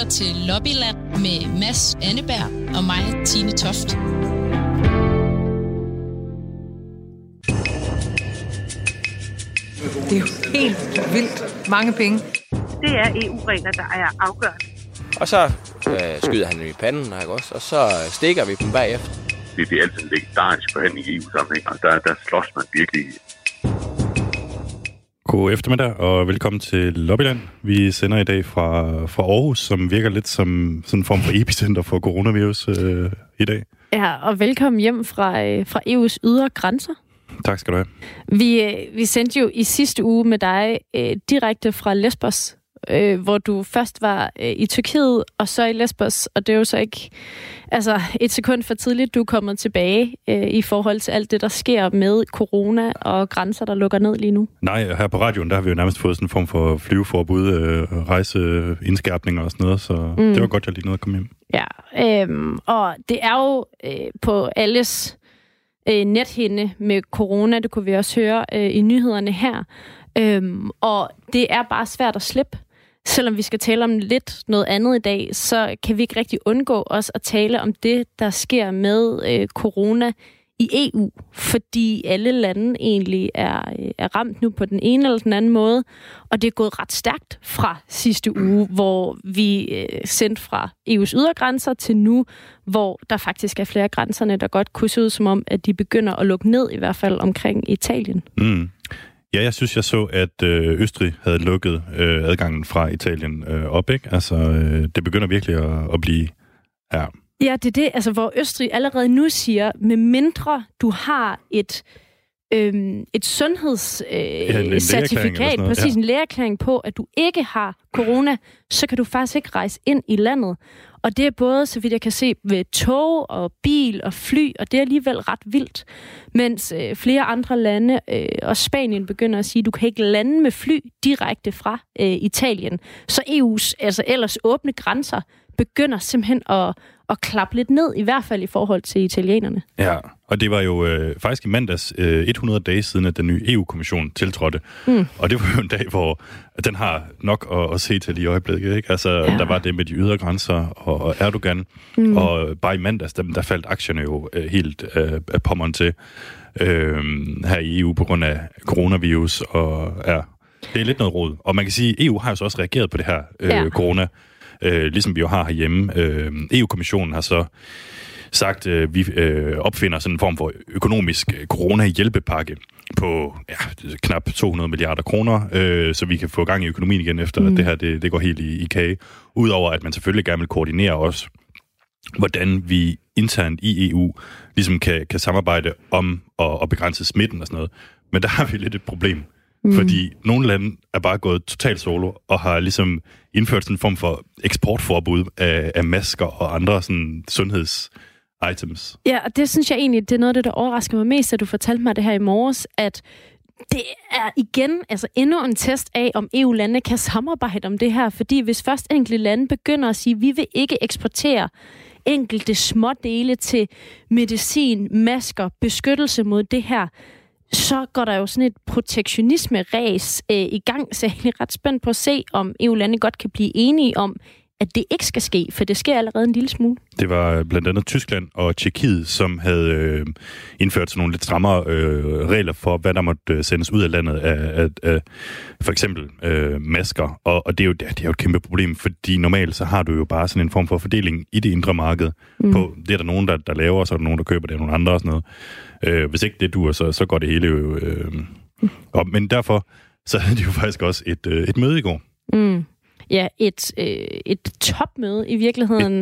til Lobbyland med Mads Anneberg og mig, Tine Toft. Det er jo helt vildt mange penge. Det er EU-regler, der er afgørende. Og så skyder han dem i panden, ikke også? Og så stikker vi dem bagefter. Det er altid en legendarisk forhandling i EU-sammenhæng, og der slås man virkelig. God eftermiddag, og velkommen til Lobbyland. Vi sender i dag fra Aarhus, som virker lidt som sådan en form for epicenter for coronavirus i dag. Ja, og velkommen hjem fra EU's ydre grænser. Tak skal du have. Vi sendte jo i sidste uge med dig direkte fra Lesbos, hvor du først var i Tyrkiet, og så i Lesbos, og det er jo så ikke et sekund for tidligt, du er kommet tilbage i forhold til alt det, der sker med corona og grænser, der lukker ned lige nu. Nej, her på radioen, der har vi jo nærmest fået sådan en form for flyveforbud, rejseindskærpninger og sådan noget, så det var godt, jeg lige nåede at komme hjem. Ja, og det er jo på alles nethinde med corona, det kunne vi også høre i nyhederne her. Og det er bare svært at slippe. Selvom vi skal tale om lidt noget andet i dag, så kan vi ikke rigtig undgå os at tale om det, der sker med corona i EU. Fordi alle lande egentlig er ramt nu på den ene eller den anden måde. Og det er gået ret stærkt fra sidste uge, hvor vi sendte fra EU's ydergrænser til nu, hvor der faktisk er flere af grænserne, der godt kunne se ud som om, at de begynder at lukke ned, i hvert fald omkring Italien. Mm. Ja, jeg synes, jeg så, at Østrig havde lukket adgangen fra Italien op, ikke? Altså, det begynder virkelig at blive... Ja, det er det, altså, hvor Østrig allerede nu siger, med mindre du har et sundhedscertifikat, præcis en lægeerklæring på, at du ikke har corona, så kan du faktisk ikke rejse ind i landet. Og det er både, så vidt jeg kan se, ved tog og bil og fly, og det er alligevel ret vildt. Mens flere andre lande, og Spanien, begynder at sige, at du kan ikke lande med fly direkte fra Italien. Så EU's ellers åbne grænser begynder simpelthen at klappe lidt ned, i hvert fald i forhold til italienerne. Ja, og det var jo faktisk i mandags 100 dage siden, at den nye EU-kommission tiltrådte. Og det var jo en dag, hvor den har nok at se til i øjeblikket, ikke? Altså, der var det med de ydre grænser og Erdogan, og bare i mandags, der faldt aktierne jo helt af pommeren til her i EU på grund af coronavirus, og det er lidt noget rod. Og man kan sige, at EU har jo så også reageret på det her corona, ligesom vi jo har herhjemme. EU-kommissionen har så sagt, at vi opfinder sådan en form for økonomisk corona-hjælpepakke på knap 200 milliarder kroner, så vi kan få gang i økonomien igen efter, at det her det går helt i kage. Udover at man selvfølgelig gerne vil koordinere også, hvordan vi internt i EU ligesom kan samarbejde om at begrænse smitten og sådan noget. Men der har vi lidt et problem. Fordi nogle lande er bare gået totalt solo og har ligesom indført sådan en form for eksportforbud af masker og andre sådan sundhedsitems. Ja, og det synes jeg egentlig, det er noget af det, der overrasker mig mest, at du fortalte mig det her i morges, at det er igen endnu en test af, om EU-landene kan samarbejde om det her. Fordi hvis først enkelte lande begynder at sige, at vi vil ikke eksportere enkelte små dele til medicin, masker, beskyttelse mod det her, så går der jo sådan et protektionisme-ræs i gang, så jeg er egentlig ret spændt på at se, om EU-lande godt kan blive enige om, at det ikke skal ske, for det sker allerede en lille smule. Det var blandt andet Tyskland og Tjekkiet, som havde indført sådan nogle lidt strammere regler for, hvad der måtte sendes ud af landet af for eksempel masker. Og det er jo et kæmpe problem, fordi normalt så har du jo bare sådan en form for fordeling i det indre marked. På, det er der nogen, der laver, og så er der nogen, der køber det af nogle andre og sådan noget. Hvis ikke det duer, så går det hele jo op. Men derfor så havde de jo faktisk også et møde i går. Ja, et topmøde i virkeligheden.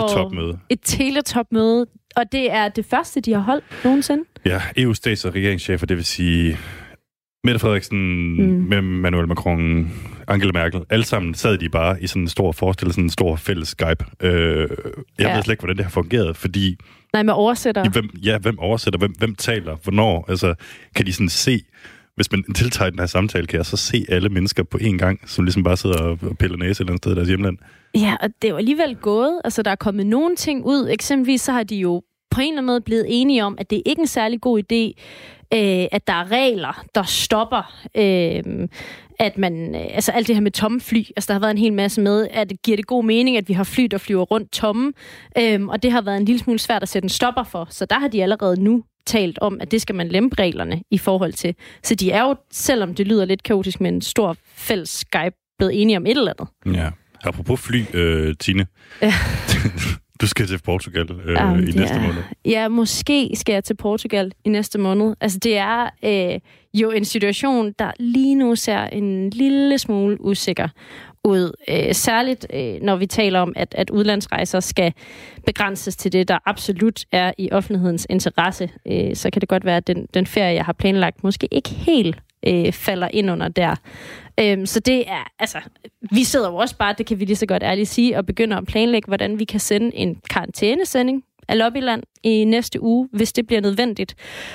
Et teletopmøde. Og det er det første, de har holdt nogensinde. Ja, EU's stats- og regeringschefer, det vil sige Mette Frederiksen, med Emmanuel Macron, Angela Merkel, alle sammen sad de bare i sådan en stor forestilling, sådan en stor fælles Skype. Jeg ved slet ikke, hvordan det har fungeret, fordi... Nej, med oversætter. Hvem oversætter? Hvem taler? Hvornår? Altså, kan de sådan se... Hvis man tiltager den her samtale, kan jeg så se alle mennesker på én gang, som ligesom bare sidder og piller næse et eller andet sted i deres hjemland. Ja, og det er jo alligevel gået. Altså, der er kommet nogle ting ud. Eksempelvis så har de jo på en eller anden måde blevet enige om, at det ikke er en særlig god idé, at der er regler, der stopper at man, altså alt det her med tomme fly, altså der har været en hel masse med, at det giver det god mening, at vi har fly, der flyver rundt tomme, og det har været en lille smule svært at sætte en stopper for, så der har de allerede nu talt om, at det skal man lempe reglerne i forhold til. Så de er jo, selvom det lyder lidt kaotisk, med en stor fælles Skype, blevet enige om et eller andet. Ja, apropos fly, Tine. Ja. Du skal til Portugal i næste måned. Ja, måske skal jeg til Portugal i næste måned. Altså, det er jo en situation, der lige nu ser en lille smule usikker ud. Særligt, når vi taler om, at udlandsrejser skal begrænses til det, der absolut er i offentlighedens interesse. Så kan det godt være, at den ferie, jeg har planlagt, måske ikke helt falder ind under der. Så det er, altså, vi sidder jo også bare, det kan vi lige så godt ærligt sige, og begynder at planlægge, hvordan vi kan sende en karantænesending af Lobbyland i næste uge, hvis det bliver nødvendigt.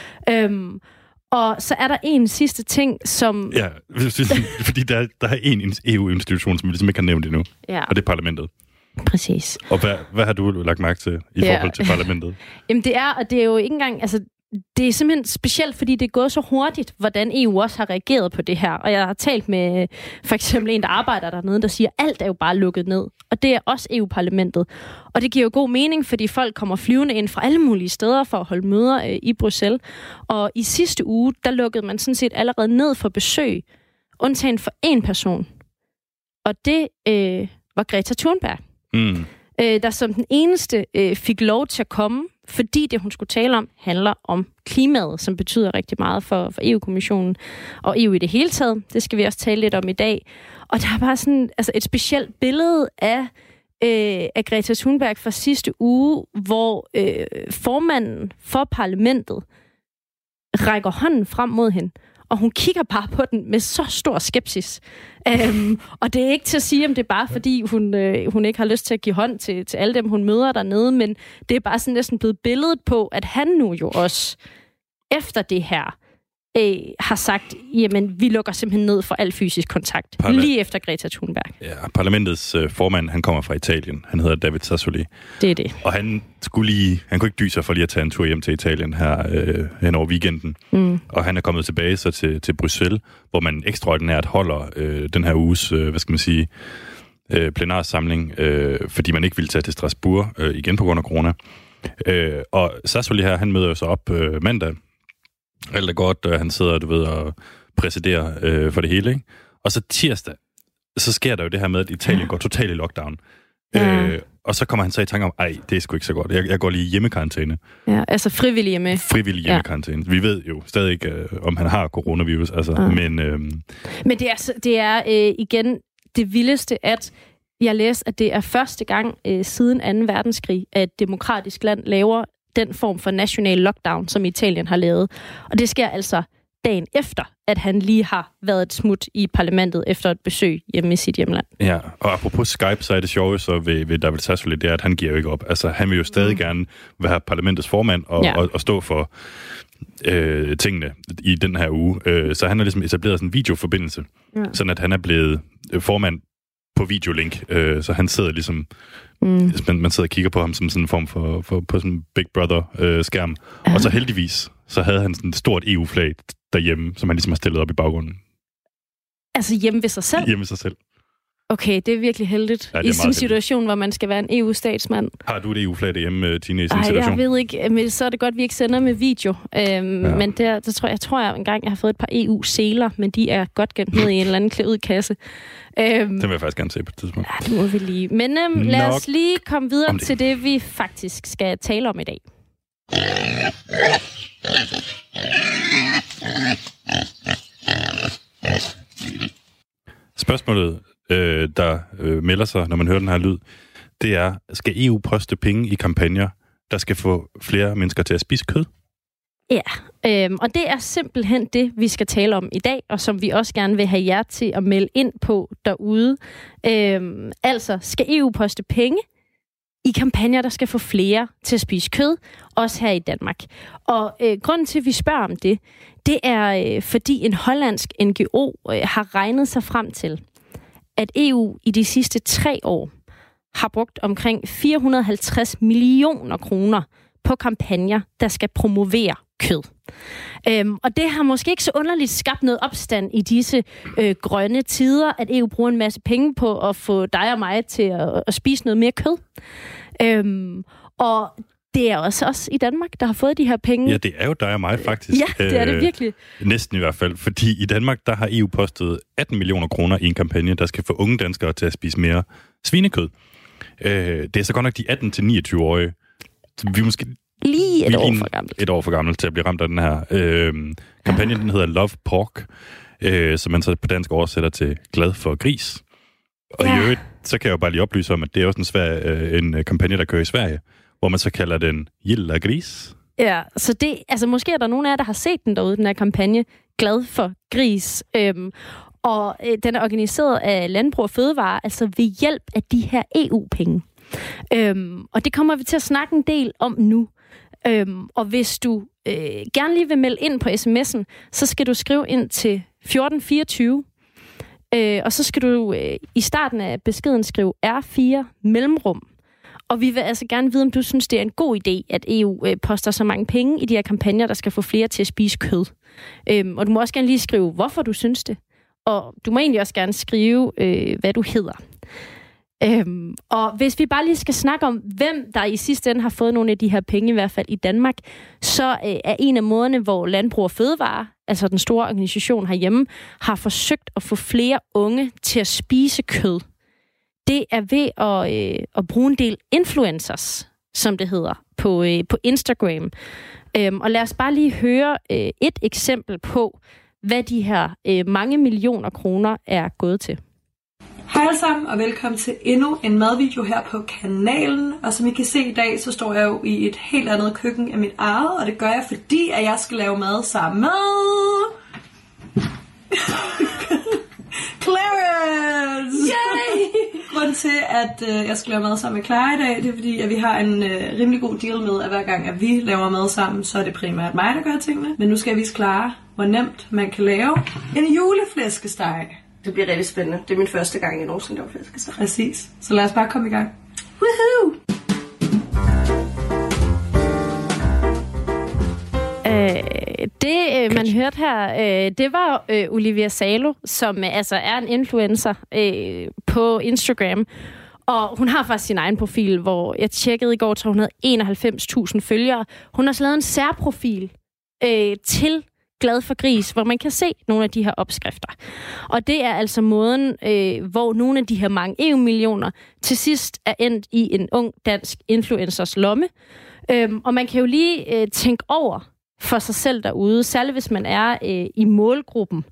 Og så er der en sidste ting, som... Ja, fordi der er en EU-institution, som vi ligesom ikke har nævnt endnu, og det er parlamentet. Præcis. Og hvad har du lagt mærke til i forhold til parlamentet? Jamen det er jo ikke engang... Altså, det er simpelthen specielt, fordi det er gået så hurtigt, hvordan EU også har reageret på det her. Og jeg har talt med for eksempel en, der arbejder dernede, der siger, at alt er jo bare lukket ned. Og det er også EU-parlamentet. Og det giver jo god mening, fordi folk kommer flyvende ind fra alle mulige steder for at holde møder i Bruxelles. Og i sidste uge, der lukkede man sådan set allerede ned for besøg, undtagen for én person. Og det var Greta Thunberg. Der som den eneste fik lov til at komme, fordi det, hun skulle tale om, handler om klimaet, som betyder rigtig meget for EU-kommissionen og EU i det hele taget. Det skal vi også tale lidt om i dag. Og der er bare sådan et specielt billede af Greta Thunberg fra sidste uge, hvor formanden for parlamentet rækker hånden frem mod hende, og hun kigger bare på den med så stor skepsis. Og det er ikke til at sige, om det er bare fordi, hun ikke har lyst til at give hånd til alle dem, hun møder dernede, men det er bare sådan næsten blevet billedet på, at han nu jo også efter det her har sagt, jamen, vi lukker simpelthen ned for al fysisk kontakt. Lige efter Greta Thunberg. Ja, parlamentets formand, han kommer fra Italien. Han hedder David Sassoli. Det er det. Og han kunne ikke dy sig for lige at tage en tur hjem til Italien her hen over weekenden. Og han er kommet tilbage så til Bruxelles, hvor man ekstraordinært holder den her uges, plenarsamling, fordi man ikke ville tage til Strasbourg igen på grund af corona. Og Sassoli her, han møder jo så op mandag. Alt er godt, og han sidder, og præsiderer for det hele, ikke? Og så tirsdag, så sker der jo det her med, at Italien går totalt i lockdown. Og så kommer han så i tanke om, det er sgu ikke så godt. Jeg går lige i hjemmekarantæne. Ja, altså frivillig hjemmekarantæne. Vi ved jo stadig ikke, om han har coronavirus, men det er igen det vildeste, at jeg læste, at det er første gang siden 2. verdenskrig, at et demokratisk land laver den form for national lockdown, som Italien har lavet. Og det sker altså dagen efter, at han lige har været et smut i parlamentet efter et besøg hjemme i sit hjemland. Ja, og apropos Skype, så er det sjove så ved David Sassoli, det er, at han giver jo ikke op. Altså, han vil jo stadig gerne være parlamentets formand og stå for tingene i den her uge. Så han har ligesom etableret sådan en videoforbindelse, sådan at han er blevet formand på videolink, så han sidder ligesom man sidder og kigger på ham som sådan en form for på sådan en Big Brother-skærm. Og så heldigvis, så havde han sådan et stort EU-flag derhjemme, som han ligesom har stillet op i baggrunden. Altså hjemme ved sig selv? Hjemme ved sig selv. Okay, det er virkelig heldigt. Ja, i sådan en situation, hvor man skal være en EU-statsmand. Har du et EU-flag derhjemme, Tine, i sådan en situation? Jeg ved ikke, men så er det godt, vi ikke sender med video. Men der tror jeg engang, jeg har fået et par EU-seler, men de er godt gemt ned i en eller anden klæd ud kasse. Den vil jeg faktisk gerne se på et tidspunkt. Ja, det må vi lige. Men lad os lige komme videre til det, vi faktisk skal tale om i dag. Spørgsmålet, der melder sig, når man hører den her lyd, det er, skal EU poste penge i kampagner, der skal få flere mennesker til at spise kød? Ja, og det er simpelthen det, vi skal tale om i dag, og som vi også gerne vil have jer til at melde ind på derude. Altså, skal EU poste penge i kampagner, der skal få flere til at spise kød, også her i Danmark? Og grunden til, at vi spørger om det er, fordi en hollandsk NGO har regnet sig frem til, at EU i de sidste 3 år har brugt omkring 450 millioner kroner på kampagner, der skal promovere kød. Og det har måske ikke så underligt skabt noget opstand i disse grønne tider, at EU bruger en masse penge på at få dig og mig til at spise noget mere kød. Og det er også os i Danmark, der har fået de her penge. Ja, det er jo dig og mig, faktisk. Ja, det er det virkelig. Næsten i hvert fald, fordi i Danmark, der har EU postet 18 millioner kroner i en kampagne, der skal få unge danskere til at spise mere svinekød. Det er så godt nok de 18-29-årige. Vi er måske lige et år for gammel. Et år for gammel til at blive ramt af den her. Kampagnen den hedder Love Pork, som man så på dansk oversætter til glad for gris. Og i øvrigt, så kan jeg jo bare lige oplyse om, at det er også en kampagne, der kører i Sverige, hvor man så kalder den Gilla Gris. Ja, så det, altså måske er der nogen af jer, der har set den derude, den her kampagne, Glad for Gris. Og den er organiseret af Landbrug og Fødevare, altså ved hjælp af de her EU-penge. Og det kommer vi til at snakke en del om nu. Og hvis du gerne lige vil melde ind på sms'en, så skal du skrive ind til 1424. Og så skal du i starten af beskeden skrive R4 mellemrum. Og vi vil altså gerne vide, om du synes, det er en god idé, at EU poster så mange penge i de her kampagner, der skal få flere til at spise kød. Og du må også gerne lige skrive, hvorfor du synes det. Og du må egentlig også gerne skrive, hvad du hedder. Og hvis vi bare lige skal snakke om, hvem der i sidste ende har fået nogle af de her penge, i hvert fald i Danmark, så er en af måderne, hvor Landbrug og Fødevare, altså den store organisation herhjemme, har forsøgt at få flere unge til at spise kød. Det er ved at bruge en del influencers, som det hedder, på Instagram. Og lad os bare lige høre et eksempel på, hvad de her mange millioner kroner er gået til. Hej alle sammen, og velkommen til endnu en madvideo her på kanalen. Og som I kan se i dag, så står jeg jo i et helt andet køkken end mit eget. Og det gør jeg, fordi at jeg skal lave mad sammen med Clarence! Yay! Grunden til, at jeg skal lave mad sammen med Clara i dag, det er fordi, at vi har en rimelig god deal med, at hver gang, at vi laver mad sammen, så er det primært mig, der gør tingene. Men nu skal jeg vise Clara, hvor nemt man kan lave en juleflæskesteg. Det bliver rigtig spændende. Det er min første gang, jeg nogensinde laver flæskesteg. Præcis. Så lad os bare komme i gang. Woohoo! Det, man hørte her, det var Olivia Salo, som altså er en influencer på Instagram. Og hun har faktisk sin egen profil, hvor jeg tjekkede i går, tror hun havde 91.000 følgere. Hun har så lavet en særprofil til Glad for Gris, hvor man kan se nogle af de her opskrifter. Og det er altså måden, hvor nogle af de her mange EU-millioner til sidst er endt i en ung dansk influencers lomme. Og man kan jo lige tænke over for sig selv derude, særligt hvis man er i målgruppen,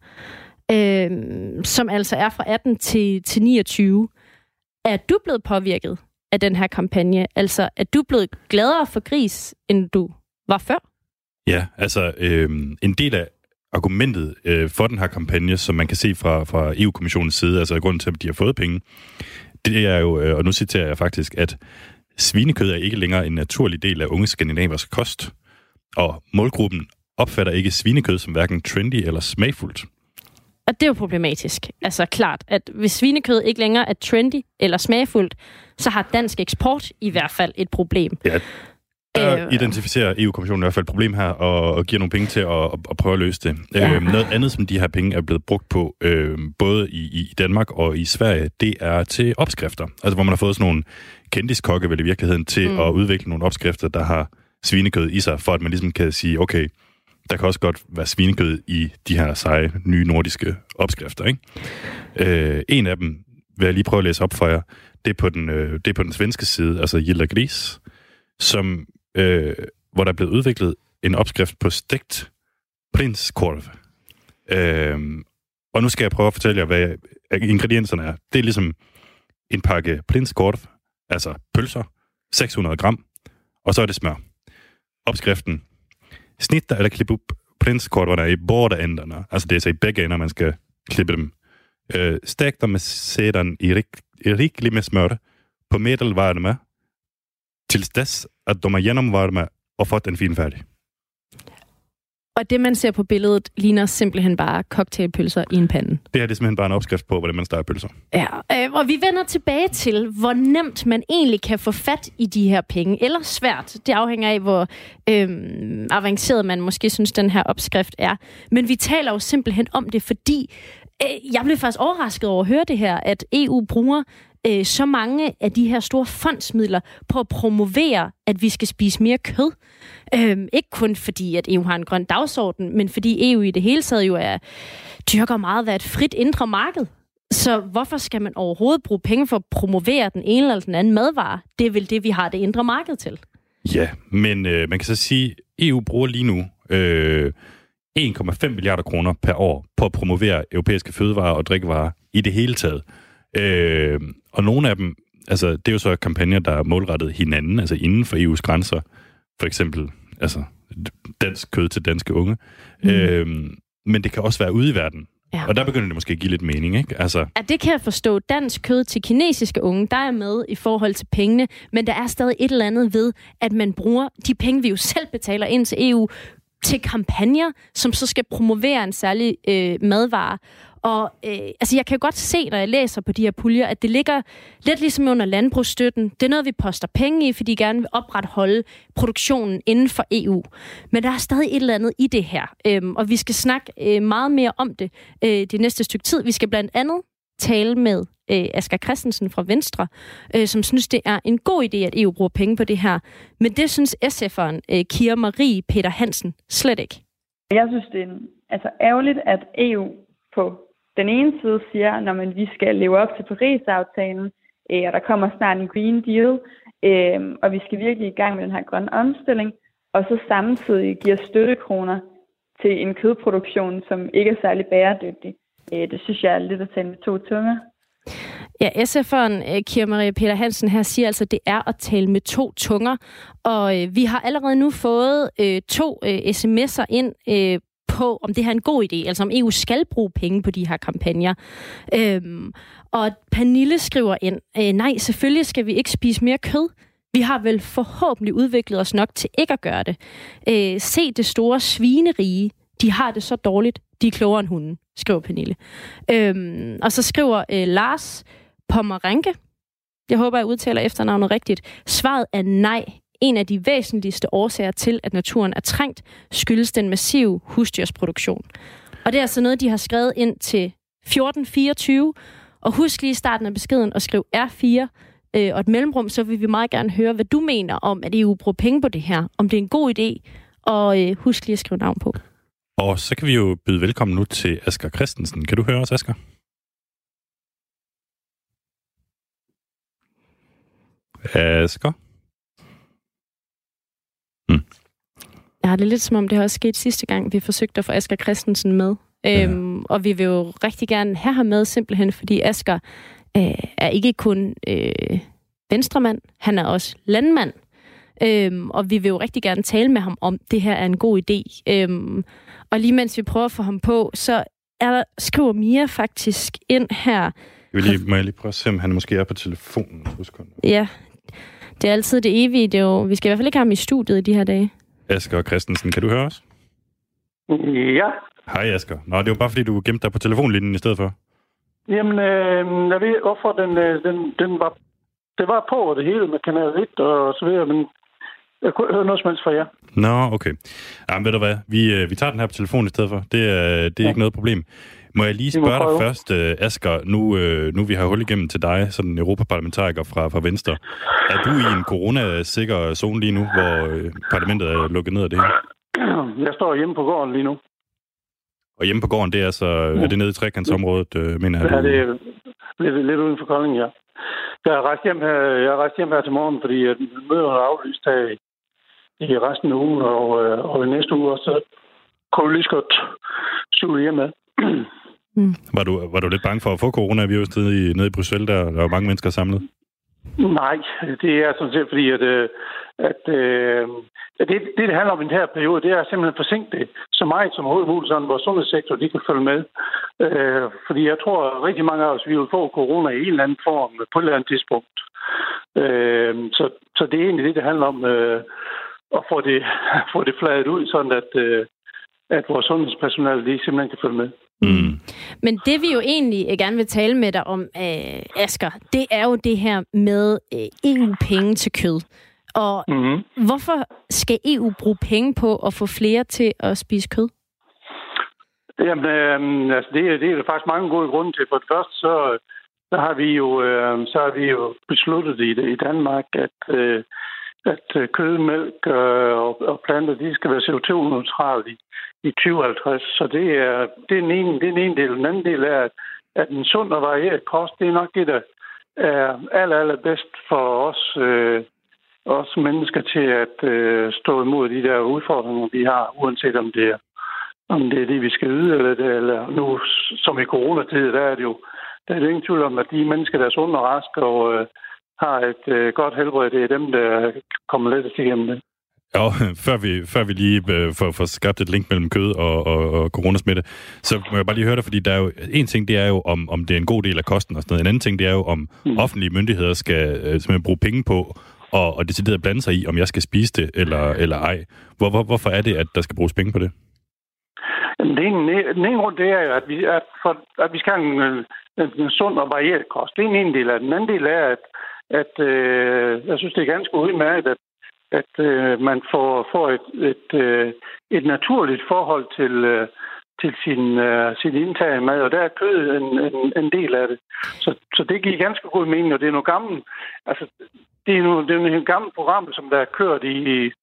som altså er fra 18 til 29. Er du blevet påvirket af den her kampagne? Altså, er du blevet gladere for gris, end du var før? Ja, altså en del af argumentet for den her kampagne, som man kan se fra EU-kommissionens side, altså grunden til, at de har fået penge, det er jo, og nu citerer jeg faktisk, at svinekød er ikke længere en naturlig del af unge skandinavers kost, og målgruppen opfatter ikke svinekød som hverken trendy eller smagfuldt. Og det er jo problematisk. Altså klart, at hvis svinekød ikke længere er trendy eller smagfuldt, så har dansk eksport i hvert fald et problem. Ja. Der identificerer EU-kommissionen i hvert fald et problem her, og giver nogle penge til at prøve at løse det. Ja. Noget andet, som de her penge er blevet brugt på, både i Danmark og i Sverige, det er til opskrifter. Altså hvor man har fået sådan nogle kendiskokke, vel i virkeligheden, til at udvikle nogle opskrifter, der har svinekød i sig, for at man ligesom kan sige, okay, der kan også godt være svinekød i de her seje, nye nordiske opskrifter, ikke? En af dem vil jeg lige prøve at læse op for jer. Det er på den svenske side, altså Gilla Gris, som hvor der er blevet udviklet en opskrift på stegt prinskorv. Og nu skal jeg prøve at fortælle jer, hvad ingredienserne er. Det er ligesom en pakke prinskorv, altså pølser, 600 gram, og så er det smør. Opskriften: snitta eller klippe upp prinskorvarna i båda ändarna. Altså det er så i begge ender, man skal klippe dem. Stek dem sedan i rikelig med smør på medelvarme tills dess, at de er genomvarme og fået en fin færdig. Og det, man ser på billedet, ligner simpelthen bare cocktailpølser i en pande. Det her det er simpelthen bare en opskrift på, hvordan man steger pølser. Ja, og vi vender tilbage til, hvor nemt man egentlig kan få fat i de her penge. Eller svært. Det afhænger af, hvor avanceret man måske synes, den her opskrift er. Men vi taler jo simpelthen om det, fordi jeg blev faktisk overrasket over at høre det her, at EU bruger så mange af de her store fondsmidler på at promovere, at vi skal spise mere kød. Ikke kun fordi, at EU har en grøn dagsorden, men fordi EU i det hele taget jo dyrker meget af et frit indre marked. Så hvorfor skal man overhovedet bruge penge for at promovere den ene eller den anden madvare? Det er vel det, vi har det indre marked til. Ja, men man kan så sige, at EU bruger lige nu 1,5 milliarder kroner per år på at promovere europæiske fødevarer og drikkevarer i det hele taget. Og nogle af dem, altså det er jo så kampagner, der er målrettet hinanden, altså inden for EU's grænser. For eksempel, altså dansk kød til danske unge. Men det kan også være ude i verden. Ja. Og der begynder det måske at give lidt mening, ikke? Altså... Ja, det kan jeg forstå. Dansk kød til kinesiske unge, der er med i forhold til pengene, men der er stadig et eller andet ved, at man bruger de penge, vi jo selv betaler ind til EU, til kampagner, som så skal promovere en særlig madvare. Og altså jeg kan jo godt se, når jeg læser på de her puljer, at det ligger lidt ligesom under landbrugsstøtten. Det er noget, vi poster penge i, fordi de gerne vil opretholde produktionen inden for EU. Men der er stadig et eller andet i det her, og vi skal snakke meget mere om det næste stykke tid. Vi skal blandt andet tale med Asger Christensen fra Venstre, som synes, det er en god idé, at EU bruger penge på det her. Men det synes SF'eren Kira Marie Peter Hansen slet ikke. Jeg synes, det er ærgerligt, at EU på den ene side siger, når vi skal leve op til Paris-aftalen, og der kommer snart en Green Deal, og vi skal virkelig i gang med den her grønne omstilling, og så samtidig giver støttekroner til en kødproduktion, som ikke er særlig bæredygtig. Det synes jeg er lidt at tale med to tunger. Ja, SF'eren Kira Marie Peter Hansen her siger altså, at det er at tale med to tunger, og vi har allerede nu fået 2 sms'er ind på, om det her er en god idé, altså om EU skal bruge penge på de her kampagner. Og Pernille skriver ind, nej, selvfølgelig skal vi ikke spise mere kød. Vi har vel forhåbentlig udviklet os nok til ikke at gøre det. Se det store svinerige. De har det så dårligt. De er klogere end hunden, skriver Pernille. Og så skriver Lars Pommerenke, jeg håber, jeg udtaler efternavnet rigtigt. Svaret er nej. En af de væsentligste årsager til, at naturen er trængt, skyldes den massive husdyrsproduktion. Og det er altså noget, de har skrevet ind til 1424. Og husk lige i starten af beskeden at skrive R4 og et mellemrum, så vil vi meget gerne høre, hvad du mener om, at EU bruger penge på det her. Om det er en god idé, og husk lige at skrive navn på. Og så kan vi jo byde velkommen nu til Asger Christensen. Kan du høre os, Asger? Asger? Jeg har det lidt som om, det har også sket sidste gang, vi forsøgte at få Asger Christensen med. Og vi vil jo rigtig gerne have ham med, simpelthen fordi Asger er ikke kun venstremand, han er også landmand. Og vi vil jo rigtig gerne tale med ham om, det her er en god idé. Og lige mens vi prøver at få ham på, så skriver Mia faktisk ind her. Må jeg lige prøve at se, om han måske er på telefonen? Ja, det er altid det evige. Vi skal i hvert fald ikke have ham i studiet i de her dage. Asger Christensen, kan du høre os? Ja. Hej Asger. Nå, det var bare fordi, du gemte dig på telefonlinjen i stedet for. Jamen, jeg ved, hvorfor det var på det hele med kanal 1 og så videre, men jeg kunne høre noget som helst fra jer. Nå, okay. Jamen, ved du hvad? Vi tager den her på telefonen i stedet for. Det er ikke noget problem. Må jeg lige spørge dig først, Asger, nu vi har hul igennem til dig, sådan en europaparlamentariker fra Venstre. Er du i en coronasikker zone lige nu, hvor parlamentet er lukket ned af det hele? Jeg står hjemme på gården lige nu. Og hjemme på gården, det er altså er det nede i trekantsområdet, mener jeg? Ja, det er lidt uden for Kolding, ja. Jeg er rejst hjem her til morgen, fordi mødet er aflyst her i resten af ugen, og i næste uge også, så kunne vi lige så godt suge hjem med. Var du lidt bange for at få coronavirus nede i Bruxelles, der var mange mennesker samlet? Nej, det er sådan set fordi, at det handler om i den her periode, det er simpelthen forsinket det så meget som overhovedet muligt, sådan vores sundhedssektor, de kan følge med. Fordi jeg tror, at rigtig mange af os, vi vil få corona i en eller anden form på et eller andet tidspunkt. Så det er egentlig det handler om, at få det fladet ud, sådan at vores sundhedspersonale de simpelthen kan følge med. Mm. Men det vi jo egentlig gerne vil tale med dig om, Asger, det er jo det her med EU-penge til kød. Og hvorfor skal EU bruge penge på at få flere til at spise kød? Jamen, altså det er der faktisk mange gode grunde til. For det første, så har vi jo besluttet i Danmark, at kød, mælk og planter, de skal være CO2-neutrale i 2050. Så det er den ene del. Den anden del er, at en sund og varieret kost, det er nok det, der er allerbedst for os mennesker til at stå imod de der udfordringer, vi har, uanset om det er det, vi skal yde, eller nu, som i coronatid, der er det ingen tvivl om, at de mennesker, der er sunde og raske og har et godt helbred, det er dem, der kommer lettest igennem det. Ja, før vi lige får skabt et link mellem kød og coronasmitte, så må jeg bare lige høre dig, fordi der er jo en ting, det er jo, om det er en god del af kosten og sådan noget. En anden ting, det er jo, om offentlige myndigheder skal simpelthen bruge penge på og decideret blande sig i, om jeg skal spise det eller ej. Hvorfor er det, at der skal bruges penge på det? Den ene grund, det er jo, at vi skal have en sund og varieret kost. Det er en del af den. Den anden del er, at jeg synes, det er ganske udmærket, at man får et naturligt forhold til sin indtag af mad, og der er kød en del af det. Så det giver ganske god mening, og det er noget gammelt. Altså, det er nogle gamle programmer, som der er kørt i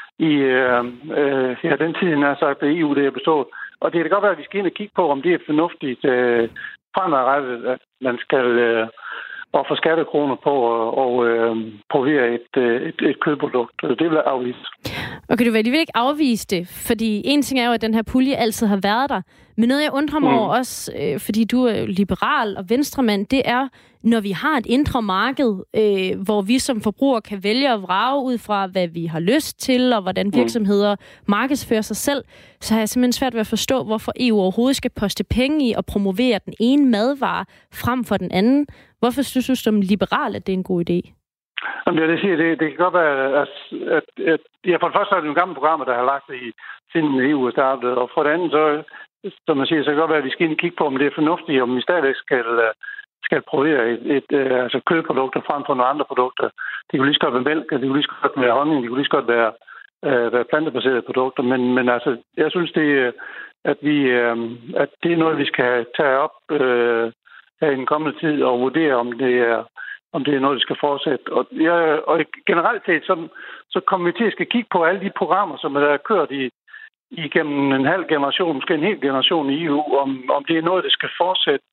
den tid, jeg har sagt, at EU det er bestået. Og det kan godt være, at vi skal ind og kigge på, om det er fornuftigt fremadrettet, at man skal ofre skattekroner på og provere et kødprodukt. Det vil jeg afvise. Okay, du vil alligevel ikke afvise det, fordi en ting er jo, at den her pulje altid har været der. Men noget, jeg undrer mig over også, fordi du er liberal og venstremand, det er, når vi har et indre marked, hvor vi som forbrugere kan vælge at vrage ud fra, hvad vi har lyst til, og hvordan virksomheder markedsfører sig selv, så har jeg simpelthen svært ved at forstå, hvorfor EU overhovedet skal poste penge i at promovere den ene madvare frem for den anden. Hvorfor synes du som liberal, at det er en god idé? Jamen, det siger, det kan godt være, at for det første er det nogle gamle programmer, der har lagt det i siden EU er startet, og for det andet, så, som man siger, så kan det godt være, at vi skal ind og kigge på, om det er fornuftigt, om vi stadigvæk skal provere altså kødprodukter frem for nogle andre produkter. Det kunne lige så godt være mælk, det kunne lige så godt være honning, det kunne lige så godt være plantebaserede produkter, men altså, jeg synes, at det er noget, vi skal tage op her i den kommende tid og vurdere, om det er noget, der skal fortsætte. Og generelt set, så kommer vi til at skal kigge på alle de programmer, som er kørt igennem en halv generation, måske en hel generation i EU, om det er noget, der skal fortsætte,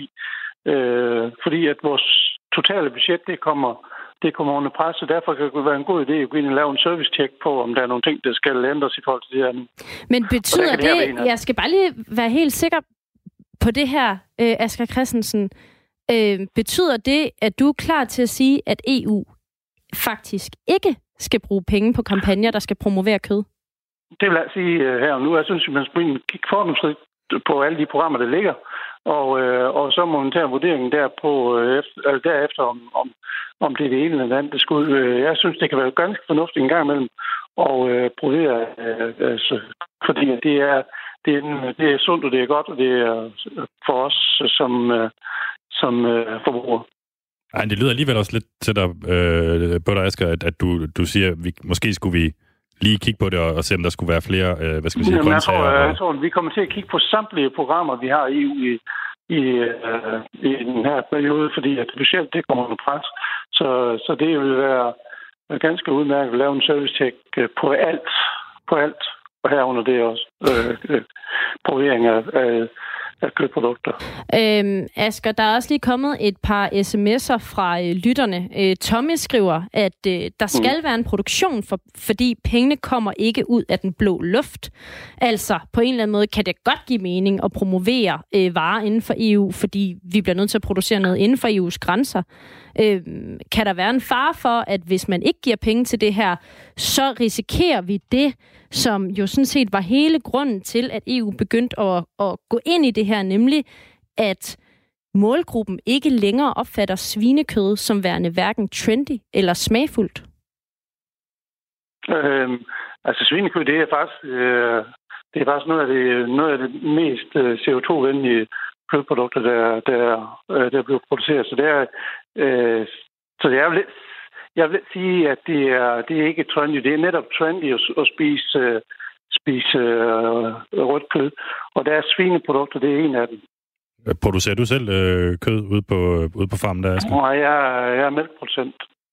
fordi at vores totale budget, det kommer under pres, og derfor kan det være en god idé at gå ind og lave en service-check på, om der er nogle ting, der skal ændres i forhold til det her. Men betyder det, jeg skal bare lige være helt sikker på det her, Asger Christensen, betyder det, at du er klar til at sige, at EU faktisk ikke skal bruge penge på kampagner, der skal promovere kød? Det vil jeg sige her og nu. Jeg synes, at man skal kigge fordomsfrit på alle de programmer, der ligger, og så må man tage vurderingen derefter, om det er det ene eller det andet. Jeg synes, det kan være ganske fornuftigt en gang imellem at provere, fordi det er sundt, og det er godt, og det er for os som forbrugere. Ej, det lyder alligevel også lidt til dig på dig, Asger, at du siger, at måske skulle vi lige kigge på det og se, om der skulle være flere, grøntsager. Jeg tror, vi kommer til at kigge på samtlige programmer, vi har i EU i den her periode, fordi at budget, det kommer under pres. Så det vil være ganske udmærket at lave en service-check på alt, og herunder det også provering af kødprodukter. Asger, der er også lige kommet et par sms'er fra lytterne. Tommy skriver, at der skal være en produktion, fordi pengene kommer ikke ud af den blå luft. Altså, på en eller anden måde kan det godt give mening at promovere varer inden for EU, fordi vi bliver nødt til at producere noget inden for EU's grænser. Kan der være en fare for, at hvis man ikke giver penge til det her, så risikerer vi det, som jo sådan set var hele grunden til, at EU begyndte at gå ind i det her, nemlig at målgruppen ikke længere opfatter svinekød som værende hverken trendy eller smagfuldt? Altså svinekød, det er faktisk det er faktisk noget af det mest CO2-venlige kødprodukter, der bliver produceret. Så så jeg vil sige, at det er ikke trendy. Det er netop trendy at spise rødt kød. Og der er svineprodukter, det er en af dem. Producerer du selv kød ude på farmen der, Asger? Nej, jeg er mælkeproducent.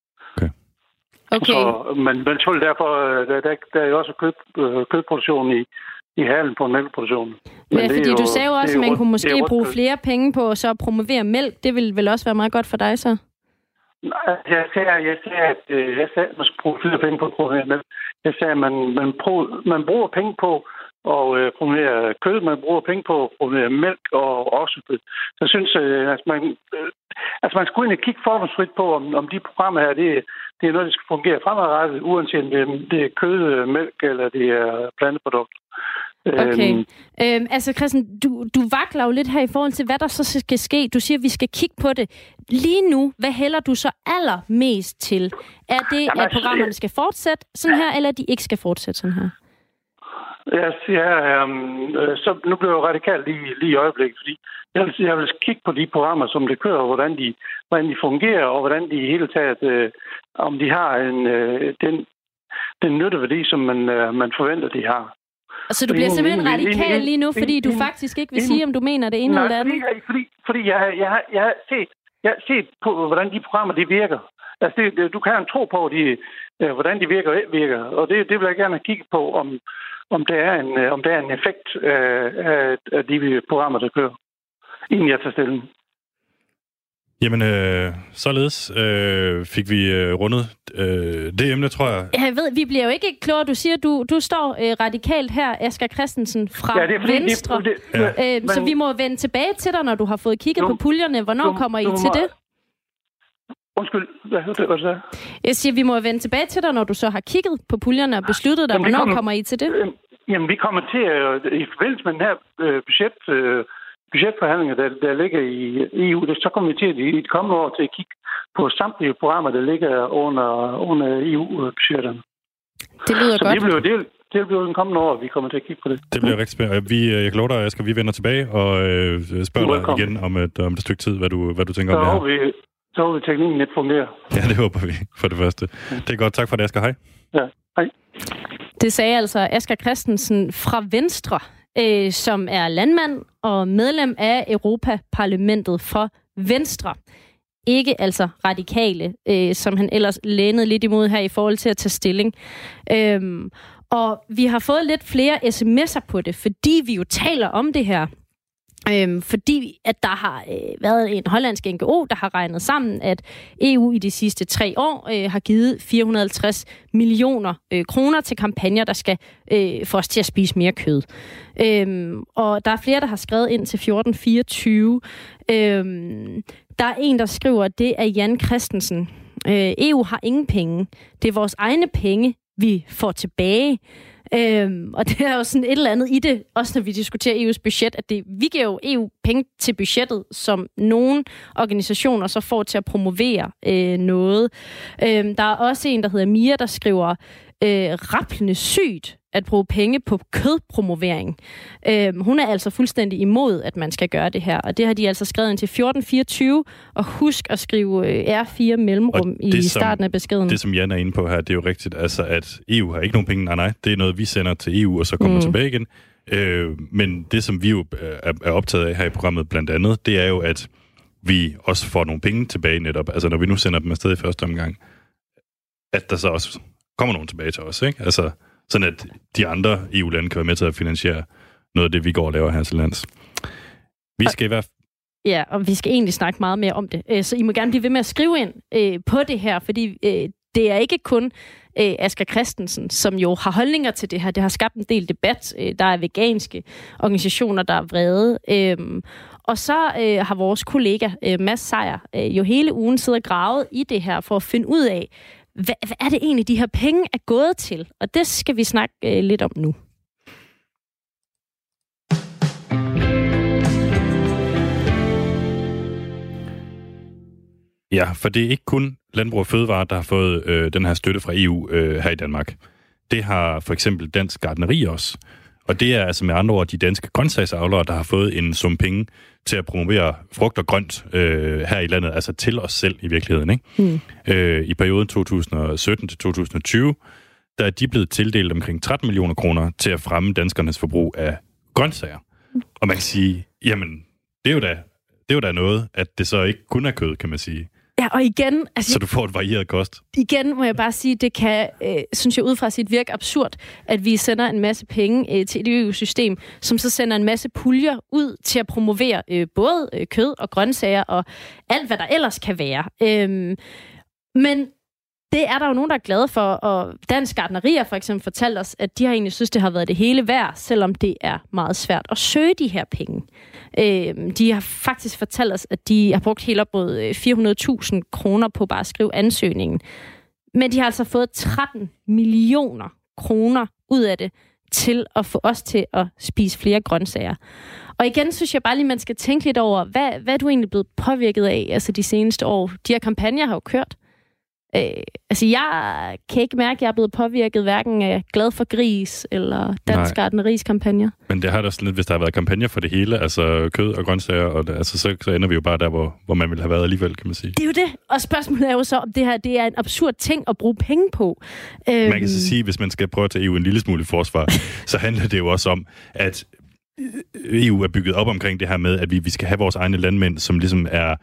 Okay. Så, men selvfølgelig derfor, der er jo også kødproduktion i halen på en mælkeproduktion. Men fordi du sagde jo også, at man kunne måske bruge flere penge på så at promovere mælk. Det ville vel også være meget godt for dig så? Jeg sagde, at man skulle bruge flere penge på at promovere mælk. Jeg sagde, at man bruger penge på at promovere kød, man bruger penge på at promovere mælk og oksekød. Så jeg synes, at man skulle egentlig kigge fordomsfrit på, om de programmer her, det er noget, der skal fungere fremadrettet, uanset om det er kød, mælk eller det er planteprodukter. Okay. Altså Christian, du vakler jo lidt her i forhold til, hvad der så skal ske. Du siger, at vi skal kigge på det. Lige nu, hvad hælder du så allermest til? Er det, at programmerne skal fortsætte sådan her, eller at de ikke skal fortsætte sådan her? Jeg siger, så nu bliver jeg radikalt lige i øjeblikket, fordi jeg vil kigge på de programmer, som det kører, hvordan de fungerer, og hvordan de i hele taget, om de har den nytteværdi, som man forventer, de har. Så du bliver simpelthen radikal lige nu, fordi du faktisk ikke vil sige, om du mener det ene eller det andet? Fordi jeg har set på, hvordan de programmer de virker. Altså, du kan have en tro på, hvordan de virker og ikke virker. Og det vil jeg gerne kigge på, om der er en effekt af de programmer, der kører, inden jeg tager stilling. Jamen, således fik vi rundet det emne, tror jeg. Jeg ved, vi bliver jo ikke klogere. Du siger, du står radikalt her, Asger Christensen, fra Venstre. Så vi må vende tilbage til dig, når du har fået kigget på puljerne. Hvornår kommer I til det? Undskyld, hvad så? Jeg siger, vi må vende tilbage til dig, når du så har kigget på puljerne og besluttet dig. Hvornår kommer I til det? Jamen, vi kommer til, i forbindelse med den her budgetforhandlinger, der ligger i EU, så kommer vi til i de kommende år til at kigge på samtlige programmer, der ligger under EU-budgetterne. Det lyder godt. Det bliver den kommende år, vi kommer til at kigge på det. Det bliver rigtig spændende. Jeg kan love dig, Asger, vi vender tilbage og spørger dig igen om et stykke tid, hvad du tænker om det her. Så håber vi, teknikken lidt fungerer. Ja, det håber vi for det første. Det er godt. Tak for det, Asger. Hej. Ja, hej. Det sagde altså Asger Christensen fra Venstre, som er landmand og medlem af Europaparlamentet for Venstre. Ikke altså radikale, som han ellers lænede lidt imod her i forhold til at tage stilling. Og vi har fået lidt flere sms'er på det, fordi vi jo taler om det her. Fordi at der har været en hollandsk NGO, der har regnet sammen, at EU i de sidste 3 år har givet 450 millioner kroner til kampagner, der skal få os til at spise mere kød. Og der er flere, der har skrevet ind til 1424. Der er en, der skriver, det er Jan Christensen. EU har ingen penge. Det er vores egne penge, vi får tilbage. Og det er jo sådan et eller andet i det, også når vi diskuterer EU's budget, at vi giver jo EU penge til budgettet, som nogle organisationer så får til at promovere noget. Der er også en, der hedder Mia, der skriver, rablende sygt at bruge penge på kødpromovering. Hun er altså fuldstændig imod, at man skal gøre det her, og det har de altså skrevet ind til 1424, og husk at skrive R4 mellemrum i starten af beskeden. Det, som Jan er inde på her, det er jo rigtigt, altså at EU har ikke nogen penge, nej, det er noget, vi sender til EU, og så kommer tilbage igen. Men det, som vi jo er optaget af her i programmet blandt andet, det er jo, at vi også får nogle penge tilbage netop, altså når vi nu sender dem afsted i første omgang, at der så også kommer nogen tilbage til os, ikke? Altså sådan at de andre EU-lande kan være med til at finansiere noget af det, vi går og laver her til lands. Vi skal i hvert fald... Ja, og vi skal egentlig snakke meget mere om det. Så I må gerne blive ved med at skrive ind på det her, fordi det er ikke kun Asger Christensen, som jo har holdninger til det her. Det har skabt en del debat. Der er veganske organisationer, der er vrede. Og så har vores kollega Mads Sejer jo hele ugen siddet og gravet i det her for at finde ud af, hvad er det egentlig, de her penge er gået til? Og det skal vi snakke lidt om nu. Ja, for det er ikke kun Landbrug og Fødevare, der har fået den her støtte fra EU her i Danmark. Det har for eksempel Dansk Gartneri også. Og det er altså med andre ord de danske grøntsagsavlere, der har fået en sum penge til at promovere frugt og grønt her i landet, altså til os selv i virkeligheden. Ikke? I perioden 2017 til 2020, der er de blevet tildelt omkring 13 millioner kroner til at fremme danskernes forbrug af grøntsager. Og man kan sige, jamen, det er jo da noget, at det så ikke kun er kød, kan man sige. Ja, og igen... Altså, så du får et varieret kost. Igen må jeg bare sige, det kan, synes jeg, udefra sit virke absurd, at vi sender en masse penge til et EU-system, som så sender en masse puljer ud til at promovere både kød og grøntsager og alt, hvad der ellers kan være. Men det er der jo nogen, der er glade for, og Dansk Gartneri har for eksempel fortalt os, at de har egentlig synes, det har været det hele værd, selvom det er meget svært at søge de her penge. De har faktisk fortalt os, at de har brugt helt op mod 400.000 kroner på bare at skrive ansøgningen. Men de har altså fået 13 millioner kroner ud af det, til at få os til at spise flere grøntsager. Og igen synes jeg bare lige, man skal tænke lidt over, hvad er du egentlig blevet påvirket af altså de seneste år? De her kampagner har jo kørt. Altså, jeg kan ikke mærke, at jeg er blevet påvirket hverken af Glad for Gris eller Dansk Gartneris kampagner. Men det har da sådan lidt, hvis der har været kampagner for det hele, altså kød og grøntsager, og altså, så ender vi jo bare der, hvor man ville have været alligevel, kan man sige. Det er jo det, og spørgsmålet er jo så, om det her det er en absurd ting at bruge penge på. Man kan så sige, hvis man skal prøve at tage EU en lille smule i forsvar, så handler det jo også om, at EU er bygget op omkring det her med, at vi skal have vores egne landmænd, som ligesom er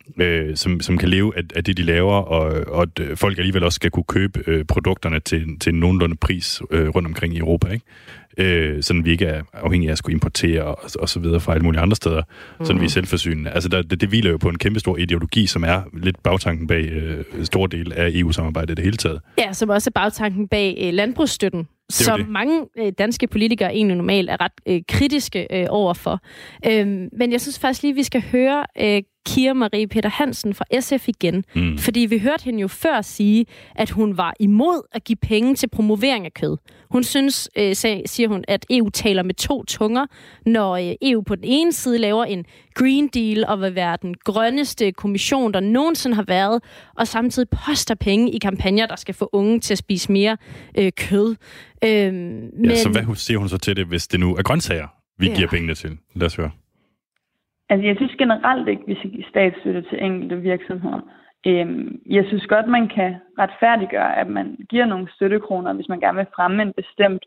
som kan leve af det, de laver, og at folk alligevel også skal kunne købe produkterne til en nogenlunde pris rundt omkring i Europa, ikke? Sådan vi ikke er afhængige af at skulle importere og så videre fra alle mulige andre steder, sådan vi er selvforsynende. Altså det hviler jo på en kæmpe stor ideologi, som er lidt bagtanken bag stor del af EU-samarbejdet i det hele taget. Ja, som også er bagtanken bag landbrugsstøtten, som mange danske politikere egentlig normalt er ret kritiske overfor. Men jeg synes faktisk lige, vi skal høre Kira Marie Peter Hansen fra SF igen. Fordi vi hørte hende jo før sige, at hun var imod at give penge til promovering af kød. Hun synes, siger hun, at EU taler med to tunger, når EU på den ene side laver en Green Deal og vil være den grønneste kommission, der nogensinde har været, og samtidig poster penge i kampagner, der skal få unge til at spise mere kød. Men... Så hvad siger hun så til det, hvis det nu er grøntsager, vi giver pengene til? Lad os høre. Altså, jeg synes generelt ikke, vi skal give statsstøtte til enkelte virksomheder. Jeg synes godt, man kan retfærdiggøre, at man giver nogle støttekroner, hvis man gerne vil fremme en bestemt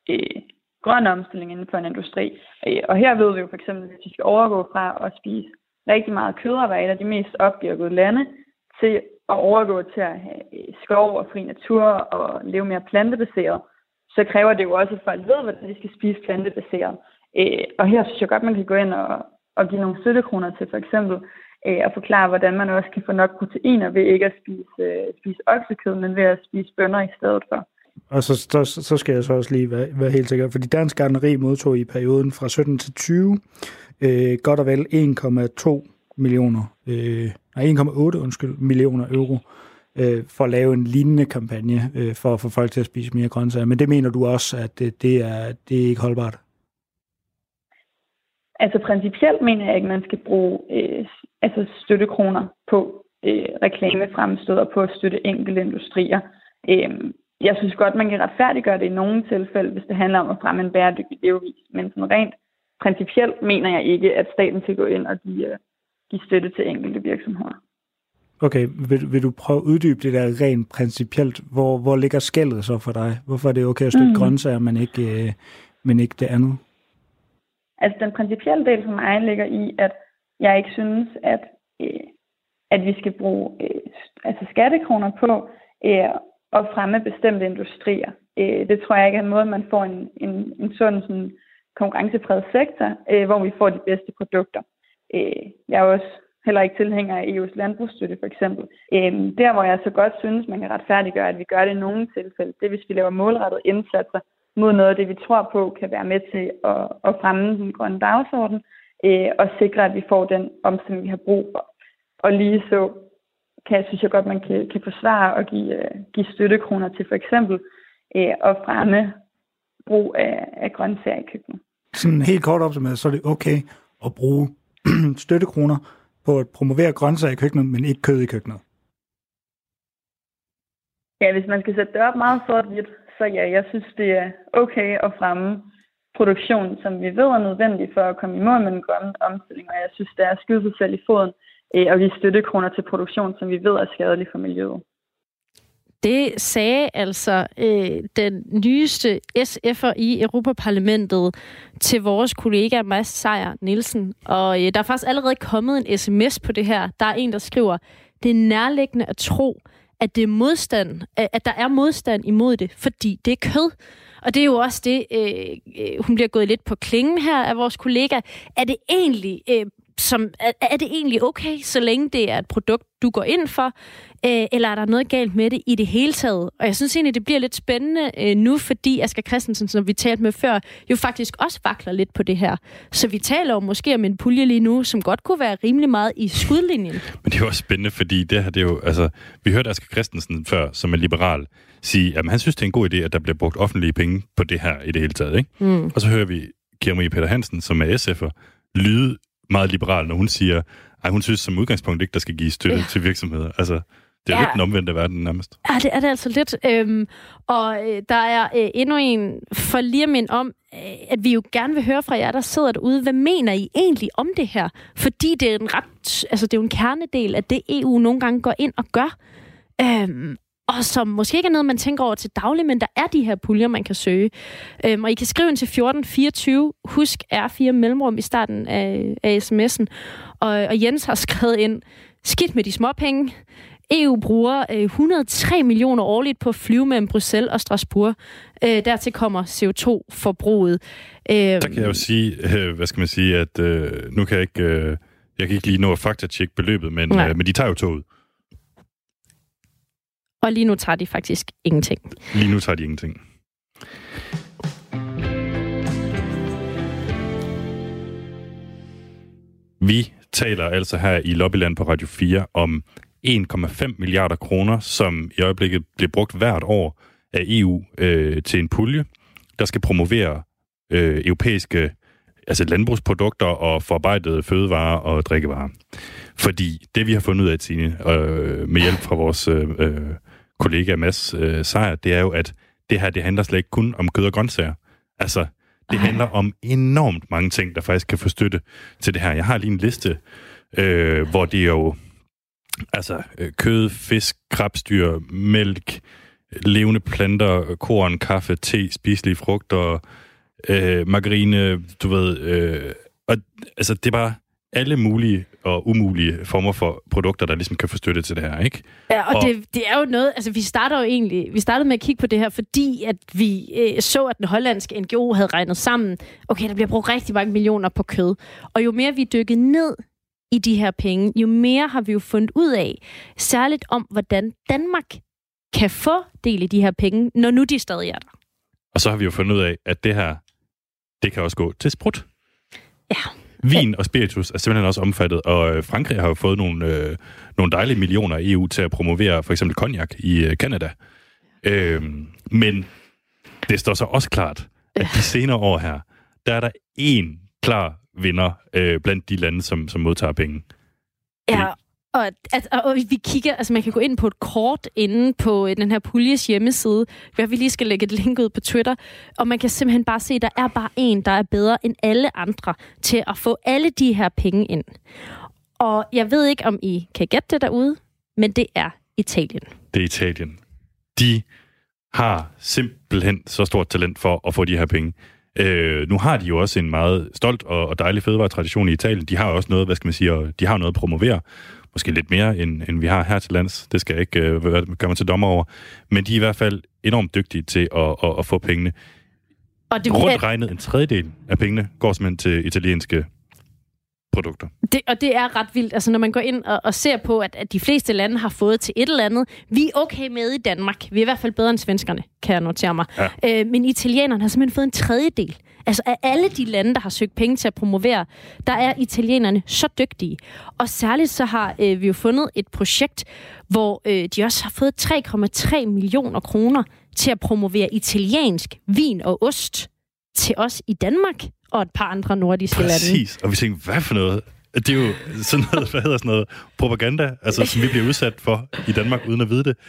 grøn omstilling inden for en industri. Og her ved vi jo for eksempel, at vi skal overgå fra at spise rigtig meget kød og være et af de mest opdyrkede lande, til at overgå til at have skov og fri natur og leve mere plantebaseret. Så kræver det jo også, at folk ved, hvordan de skal spise plantebaseret. Og her synes jeg godt, man kan gå ind og give nogle støttekroner til for eksempel at forklare, hvordan man også kan få nok proteiner ved ikke at spise oksekød, men ved at spise bønner i stedet for. Og så skal jeg så også lige være helt sikker, fordi Dansk Gartneri modtog i perioden fra 17 til 20 godt og vel 1,2 millioner, 1,8 millioner euro for at lave en lignende kampagne for at få folk til at spise mere grøntsager. Men det mener du også, at det er ikke holdbart? Altså principielt mener jeg ikke, at man skal bruge støttekroner på reklamefremstød og på at støtte enkelte industrier. Jeg synes godt, man kan retfærdiggøre det i nogle tilfælde, hvis det handler om at fremme en bæredygtig levevis. Men sådan rent principielt mener jeg ikke, at staten skal gå ind og give støtte til enkelte virksomheder. Okay, vil du prøve at uddybe det der rent principielt? Hvor ligger skellet så for dig? Hvorfor er det okay at støtte grøntsager, men ikke det andet? Altså den principielle del for mig ligger i, at jeg ikke synes, at vi skal bruge skattekroner på at fremme bestemte industrier. Det tror jeg ikke er en måde, man får en sund sådan, konkurrencepræget sektor, hvor vi får de bedste produkter. Jeg er også heller ikke tilhænger af EU's landbrugsstøtte for eksempel. Der hvor jeg så godt synes, man kan retfærdiggøre, at vi gør det i nogle tilfælde, det er hvis vi laver målrettede indsatser mod noget af det, vi tror på, kan være med til at fremme den grønne dagsorden, og sikre, at vi får den omstilling, vi har brug for. Og lige så synes jeg godt, man kan forsvare og give støttekroner til for eksempel at fremme brug af grøntsager i køkkenet. Sådan helt kort opsummeret, så er det okay at bruge støttekroner på at promovere grøntsager i køkkenet, men ikke kød i køkkenet? Ja, hvis man skal sætte det op meget sort-hvidt, så ja, jeg synes, det er okay at fremme produktion, som vi ved er nødvendig for at komme i mål med den grønne omstilling, og jeg synes, det er at skyde sig selv i foden og give støttekroner til produktion, som vi ved er skadelig for miljøet. Det sagde altså den nyeste SF'er i Europaparlamentet til vores kollega Mads Sejer Nielsen. Og der er faktisk allerede kommet en sms på det her. Der er en, der skriver, det er nærliggende at tro, at det er at der er modstand imod det, fordi det er kød. Og det er jo også det, hun bliver gået lidt på klingen her af vores kollega. Er det egentlig okay, så længe det er et produkt, du går ind for? Eller er der noget galt med det i det hele taget? Og jeg synes egentlig, det bliver lidt spændende nu, fordi Asger Christensen, som vi talte med før, jo faktisk også vakler lidt på det her. Så vi taler jo måske om en pulje lige nu, som godt kunne være rimelig meget i skudlinjen. Men det er jo også spændende, fordi det her, det er jo, altså, vi hørte Asger Christensen før, som er liberal, sige, at han synes, det er en god idé, at der bliver brugt offentlige penge på det her i det hele taget, ikke? Og så hører vi Kira Marie Peter Hansen, som er SF'er, lyde meget liberal, når hun siger, at hun synes som udgangspunkt ikke, der skal give støtte til virksomheder. Altså, det er lidt den omvendte verden nærmest. Ja, det er det altså lidt. Og der er endnu en for lige at minde om, at vi jo gerne vil høre fra jer, der sidder derude. Hvad mener I egentlig om det her? Fordi det er det er jo en kernedel af det, EU nogle gange går ind og gør. Og som måske ikke er noget, man tænker over til daglig, men der er de her puljer, man kan søge. Og I kan skrive ind til 1424. Husk R4 mellemrum i starten af sms'en. Og Jens har skrevet ind, skidt med de småpenge. EU bruger 103 millioner årligt på at flyve mellem Bruxelles og Strasbourg. Dertil kommer CO2-forbruget. Der kan jeg jo sige, at nu kan jeg kan ikke lige nå at faktatjekke beløbet, men de tager jo toget. Og lige nu tager de faktisk ingenting. Lige nu tager de ingenting. Vi taler altså her i Lobbyland på Radio 4 om 1,5 milliarder kroner, som i øjeblikket bliver brugt hvert år af EU til en pulje, der skal promovere europæiske landbrugsprodukter og forarbejdede fødevarer og drikkevarer. Fordi det, vi har fundet ud af, Tine, med hjælp fra vores kollega Mads Sejer, det er jo, at det her, det handler slet ikke kun om kød og grøntsager. Altså, det handler om enormt mange ting, der faktisk kan få støtte til det her. Jeg har lige en liste, hvor det er jo kød, fisk, krebsdyr, mælk, levende planter, korn, kaffe, te, spiselige frugter, margarine, du ved. Og det er bare alle mulige og umulige former for produkter, der ligesom kan få støtte til det her, ikke? Ja, og det er jo noget, vi startede med at kigge på det her, fordi at vi så, at den hollandske NGO havde regnet sammen, okay, der bliver brugt rigtig mange millioner på kød. Og jo mere vi dykkede ned i de her penge, jo mere har vi jo fundet ud af, særligt om, hvordan Danmark kan få del i de her penge, når nu de stadig er der. Og så har vi jo fundet ud af, at det her, det kan også gå til sprut. Ja. Vin og spiritus er simpelthen også omfattet, og Frankrig har jo fået nogle dejlige millioner af EU til at promovere for eksempel cognac i Canada. Men det står så også klart, at de senere år her, der er der én klar vinder blandt de lande, som modtager penge. Ja, og vi kigger, man kan gå ind på et kort inde på den her puljes hjemmeside, hvor vi lige skal lægge et link ud på Twitter, og man kan simpelthen bare se, at der er bare en, der er bedre end alle andre til at få alle de her penge ind. Og jeg ved ikke, om I kan gætte det derude, men det er Italien. Det er Italien. De har simpelthen så stort talent for at få de her penge. Nu har de jo også en meget stolt og dejlig fødevaretradition i Italien. De har også noget, de har noget at promovere. Måske lidt mere, end vi har her til lands. Det skal jeg ikke gøre mig til dommer over. Men de er i hvert fald enormt dygtige til at få pengene. Og det rundt regnet en tredjedel af pengene går simpelthen til italienske produkter. Det er ret vildt. Når man går ind og ser på, at de fleste lande har fået til et eller andet. Vi er okay med i Danmark. Vi er i hvert fald bedre end svenskerne, kan jeg notere mig. Ja. Men italienerne har simpelthen fået en tredjedel. Af alle de lande, der har søgt penge til at promovere, der er italienerne så dygtige. Og særligt så har vi jo fundet et projekt, hvor de også har fået 3,3 millioner kroner til at promovere italiensk vin og ost til os i Danmark og et par andre nordiske lande. Præcis, og vi tænker, hvad for noget? Det er jo sådan noget, propaganda, som vi bliver udsat for i Danmark, uden at vide det.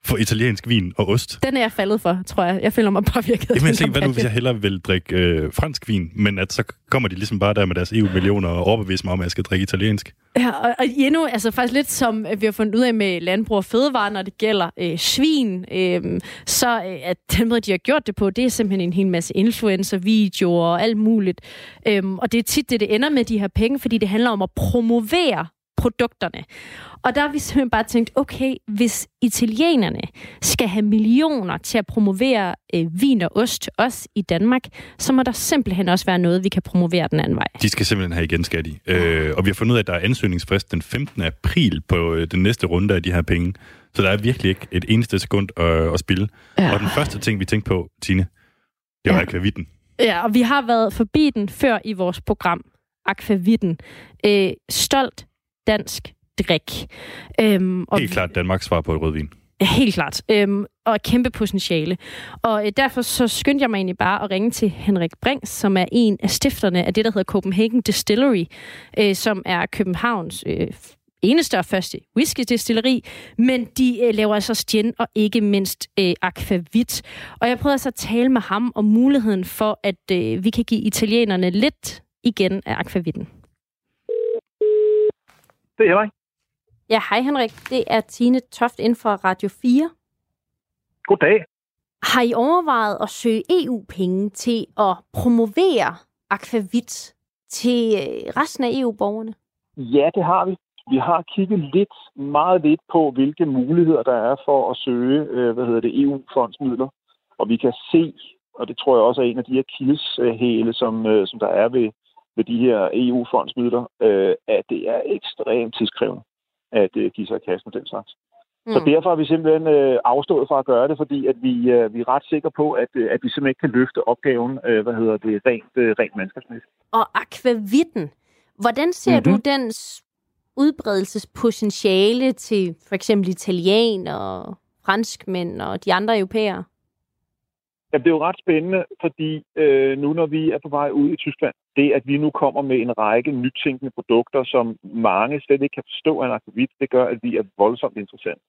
for italiensk vin og ost. Den er jeg faldet for, tror jeg. Jeg føler mig påvirket. Jamen, jeg tænker, hvad nu, hvis jeg hellere vil drikke fransk vin, men at så kommer de ligesom bare der med deres EU-millioner og overbeviser mig om, at jeg skal drikke italiensk. Ja, og endnu, altså faktisk lidt som vi har fundet ud af med landbrug og fødevarer, når det gælder svin, så at den måde, de har gjort det på, det er simpelthen en hel masse influencer-videoer og alt muligt. Og det er tit det ender med de her penge, fordi det handler om at promovere produkterne. Og der har vi simpelthen bare tænkt, okay, hvis italienerne skal have millioner til at promovere vin og ost, også i Danmark, så må der simpelthen også være noget, vi kan promovere den anden vej. De skal simpelthen have igen, skal de. Og vi har fundet ud af, at der er ansøgningsfrist den 15. april på den næste runde af de her penge. Så der er virkelig ikke et eneste sekund at spille. Ja. Og den første ting, vi tænkte på, Tine, det var akvavitten. Ja, og vi har været forbi den før i vores program, akvavitten. Stolt dansk drik. Helt klart Danmarks svar på et rødvin. Helt klart. Og et kæmpe potentiale. Og derfor så skyndte jeg mig egentlig bare at ringe til Henrik Brings, som er en af stifterne af det, der hedder Copenhagen Distillery, som er Københavns eneste og første whisky-distilleri, men de laver altså gin og ikke mindst akvavit. Og jeg prøvede altså at tale med ham om muligheden for, at vi kan give italienerne lidt igen af akvavitten. Det er Henrik. Ja, hej Henrik. Det er Tine Toft inden for Radio 4. Goddag. Har I overvejet at søge EU-penge til at promovere akvavit til resten af EU-borgerne? Ja, det har vi. Vi har kigget meget lidt på, hvilke muligheder der er for at søge EU-fondsmidler. Og vi kan se, og det tror jeg også er en af de her kildeshæle, som der er ved de her EU-fondsmidler, at det er ekstremt tidskrævende at give sig i kassen med den slags. Så derfor har vi simpelthen afstået fra at gøre det, fordi at vi er ret sikre på, at vi simpelthen ikke kan løfte opgaven, rent mandskabsmæssigt. Og akvavitten, hvordan ser du dens udbredelsespotentiale til for eksempel italienere, franskmænd og de andre europæere? Ja, det er jo ret spændende, fordi nu når vi er på vej ud i Tyskland, det at vi nu kommer med en række nytænkende produkter, som mange slet ikke kan forstå af en akvavit, det gør, at vi er voldsomt interessante.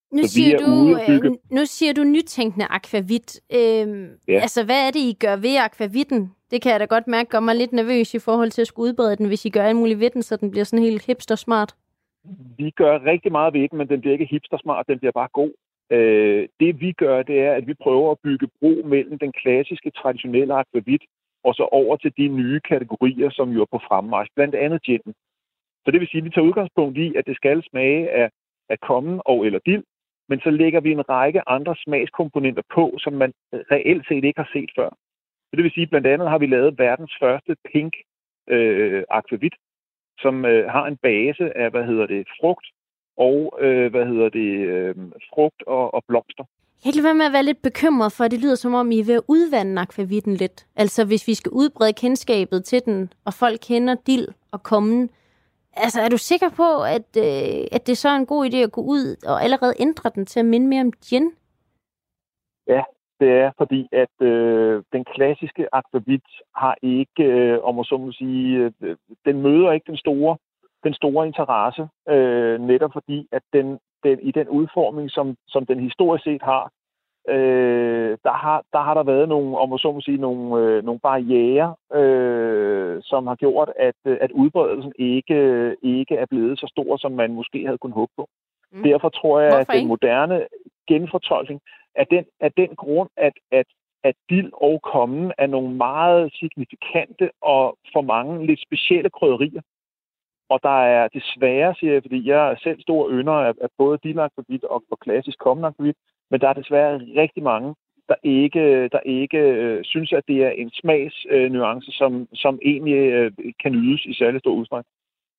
Nu siger du nytænkende akvavit. Altså, hvad er det, I gør ved akvavitten? Det kan jeg da godt mærke gør mig lidt nervøs i forhold til at skulle udbrede den, hvis I gør alt muligt ved den, så den bliver sådan helt hipster-smart. Vi gør rigtig meget ved den, men den bliver ikke hipster-smart, den bliver bare god. Det vi gør, det er, at vi prøver at bygge bro mellem den klassiske, traditionelle akvavit og så over til de nye kategorier, som jo er på fremmarch, blandt andet gin. Så det vil sige, at vi tager udgangspunkt i, at det skal smage af kommen og eller dild, men så lægger vi en række andre smagskomponenter på, som man reelt set ikke har set før. Så det vil sige, blandt andet har vi lavet verdens første pink akvavit, som har en base af, frugt og, frugt og blomster. Jeg kan lade være med at være lidt bekymret for, at det lyder som om, I er ved at udvande akvavitten lidt. Altså, hvis vi skal udbrede kendskabet til den, og folk kender dild og kommen. Altså, er du sikker på, at det så er en god idé at gå ud og allerede ændre den til at minde mere om gin? Ja, det er, fordi at den klassiske akvavit har ikke, om man så må sige, den møder ikke den store interesse, netop fordi, at den i den udformning, som den historisk set har, der har der været nogle, om man så må sige, nogle barrierer, som har gjort, at udbredelsen ikke er blevet så stor, som man måske havde kunnet håbe på. Derfor tror jeg, at den moderne genfortolkning af den grund, at dild og kommen er nogle meget signifikante og for mange lidt specielle krydderier. Og der er desværre, siger jeg, fordi jeg er selv stor ynder af både dildakvavit og klassisk kommenakvavit, men der er desværre rigtig mange, der ikke synes, at det er en smagsnuance, som egentlig kan nydes i særlig stor udstrækning.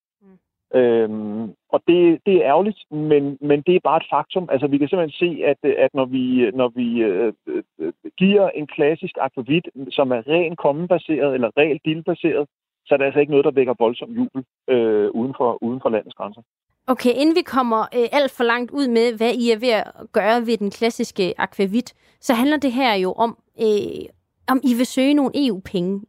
Og det er ærgerligt, men det er bare et faktum. Altså, vi kan simpelthen se, at når vi giver en klassisk akvavit, som er ren kommenbaseret eller reelt dildbaseret, så er der altså ikke noget, der vækker voldsom jubel uden for landets grænser. Okay, inden vi kommer alt for langt ud med, hvad I er ved at gøre ved den klassiske akvavit, så handler det her jo om I vil søge nogle EU-penge.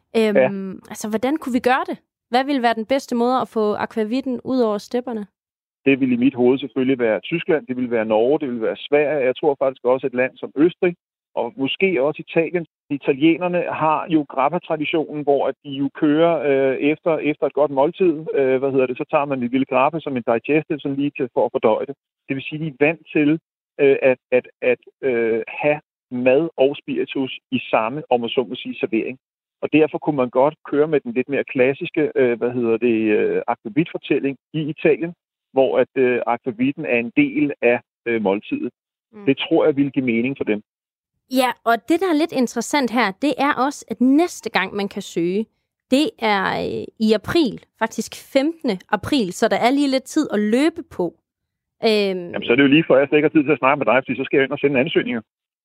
Altså, hvordan kunne vi gøre det? Hvad ville være den bedste måde at få akvavitten ud over stepperne? Det vil i mit hoved selvfølgelig være Tyskland, det vil være Norge, det vil være Sverige. Jeg tror faktisk også et land som Østrig, og måske også Italien. Italienerne har jo grappa-traditionen, hvor at de jo kører efter et godt måltid. Så tager man en lille grappa som en digestive, sådan lige til for at fordøje det. Det vil sige, at de er vant til at have mad og spiritus i samme, om man så må sige, servering. Og derfor kunne man godt køre med den lidt mere klassiske, akvavit-fortælling i Italien, hvor at akvavitten er en del af måltidet. Det tror jeg vil give mening for dem. Ja, og det, der er lidt interessant her, det er også, at næste gang, man kan søge, det er i april, faktisk 15. april, så der er lige lidt tid at løbe på. Jamen, så er det jo lige for, at jeg slet ikke har tid til at snakke med dig, fordi så skal jeg ind og sende ansøgninger.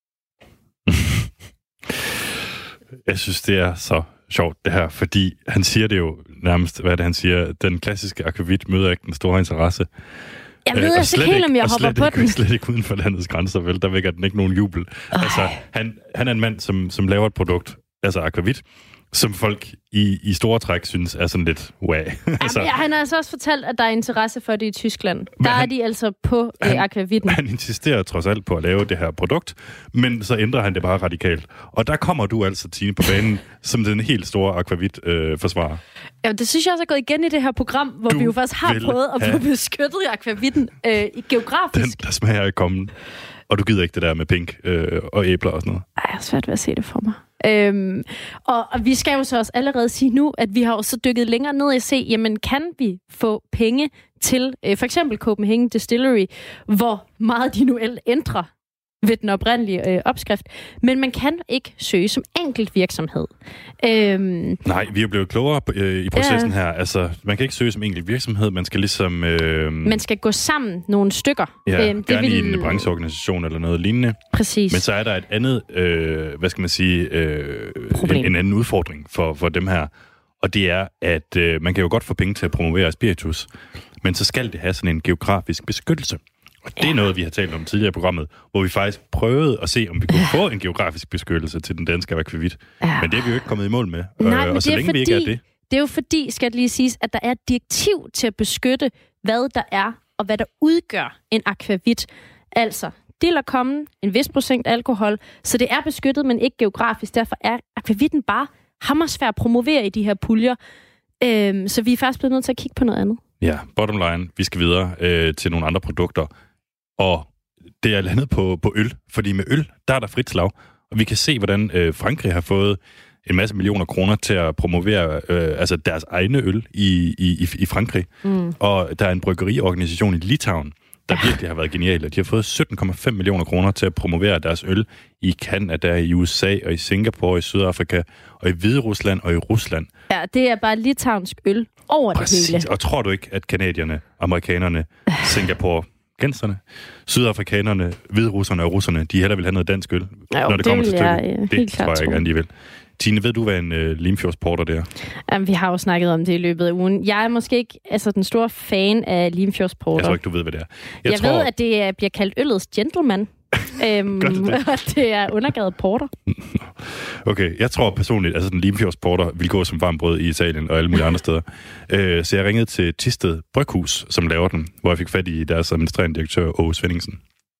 Jeg synes, det er så sjovt, det her, fordi han siger det jo nærmest, hvad er det, han siger? Den klassiske akvavit møder ikke den store interesse. Jeg ved altså ikke helt, om jeg hopper på den. Slet ikke uden for landets grænser, vel? Der vækker den ikke nogen jubel. Altså, han er en mand, som laver et produkt, altså akvavit, som folk i store træk synes er sådan lidt altså, han har altså også fortalt, at der er interesse for det i Tyskland. Der er de altså på akvavitten. Han insisterer trods alt på at lave det her produkt, men så ændrer han det bare radikalt. Og der kommer du altså, Tine, på banen som den helt store akvavit-forsvarer. Ja, det synes jeg også er gået igen i det her program, hvor vi jo faktisk har prøvet at få beskyttet akvavitten geografisk. Der smager ikke kommen. Og du gider ikke det der med pink og æbler og sådan noget? Ej, jeg har svært ved at se det for mig. Og vi skal jo så også allerede sige nu, at vi har jo så dykket længere ned i at se, jamen kan vi få penge til for eksempel Copenhagen Distillery, hvor meget de nu ændrer ved den oprindelige opskrift, men man kan ikke søge som enkelt virksomhed. Nej, vi er blevet klogere i processen her. Altså, man kan ikke søge som enkelt virksomhed, man skal ligesom... man skal gå sammen nogle stykker. Ja, gerne i en brancheorganisation eller noget lignende. Præcis. Men så er der et andet, en anden udfordring for dem her, og det er, at man kan jo godt få penge til at promovere spiritus, men så skal det have sådan en geografisk beskyttelse. Og det er noget, vi har talt om tidligere i programmet, hvor vi faktisk prøvede at se, om vi kunne få en geografisk beskyttelse til den danske akvavit. Ja. Men det er vi jo ikke kommet i mål med. Nej, og så længe vi ikke er det... Det er jo fordi, skal det lige siges, at der er et direktiv til at beskytte, hvad der er, og hvad der udgør en akvavit. Altså, dillerkommen, en vis procent alkohol, så det er beskyttet, men ikke geografisk. Derfor er akvavitten bare hammersvær at promovere i de her puljer. Så vi er faktisk blevet nødt til at kigge på noget andet. Ja, bottom line, vi skal videre til nogle andre produkter. Og det er landet på øl, fordi med øl, der er der frit slag. Og vi kan se, hvordan Frankrig har fået en masse millioner kroner til at promovere deres egne øl i Frankrig. Og der er en bryggeriorganisation i Litauen, der virkelig har været genial. De har fået 17,5 millioner kroner til at promovere deres øl i Canada, i USA og i Singapore, i Sydafrika og i Hviderusland og i Rusland. Ja, det er bare litauisk øl over det hele. Og tror du ikke, at kanadierne, amerikanerne, Singapore-genserne, sydafrikanerne, hviderusserne og russerne, de heller vil have noget dansk øl, når det kommer til stykket? Det tror jeg ikke, de vil. Tine, ved du, hvad en Limfjordsporter det er? Jamen, vi har jo snakket om det i løbet af ugen. Jeg er måske ikke den store fan af Limfjordsporter. Jeg tror ikke, du ved, hvad det er. Jeg ved, at det bliver kaldt øllets gentleman. Det er undergavet porter. Okay, jeg tror personligt, at en Limfjordsporter vil gå som varmt brød i Italien og alle mulige andre steder. Så jeg ringede til Thisted Bryghus, som laver den, hvor jeg fik fat i deres administrerende direktør, Åge Svendingsen.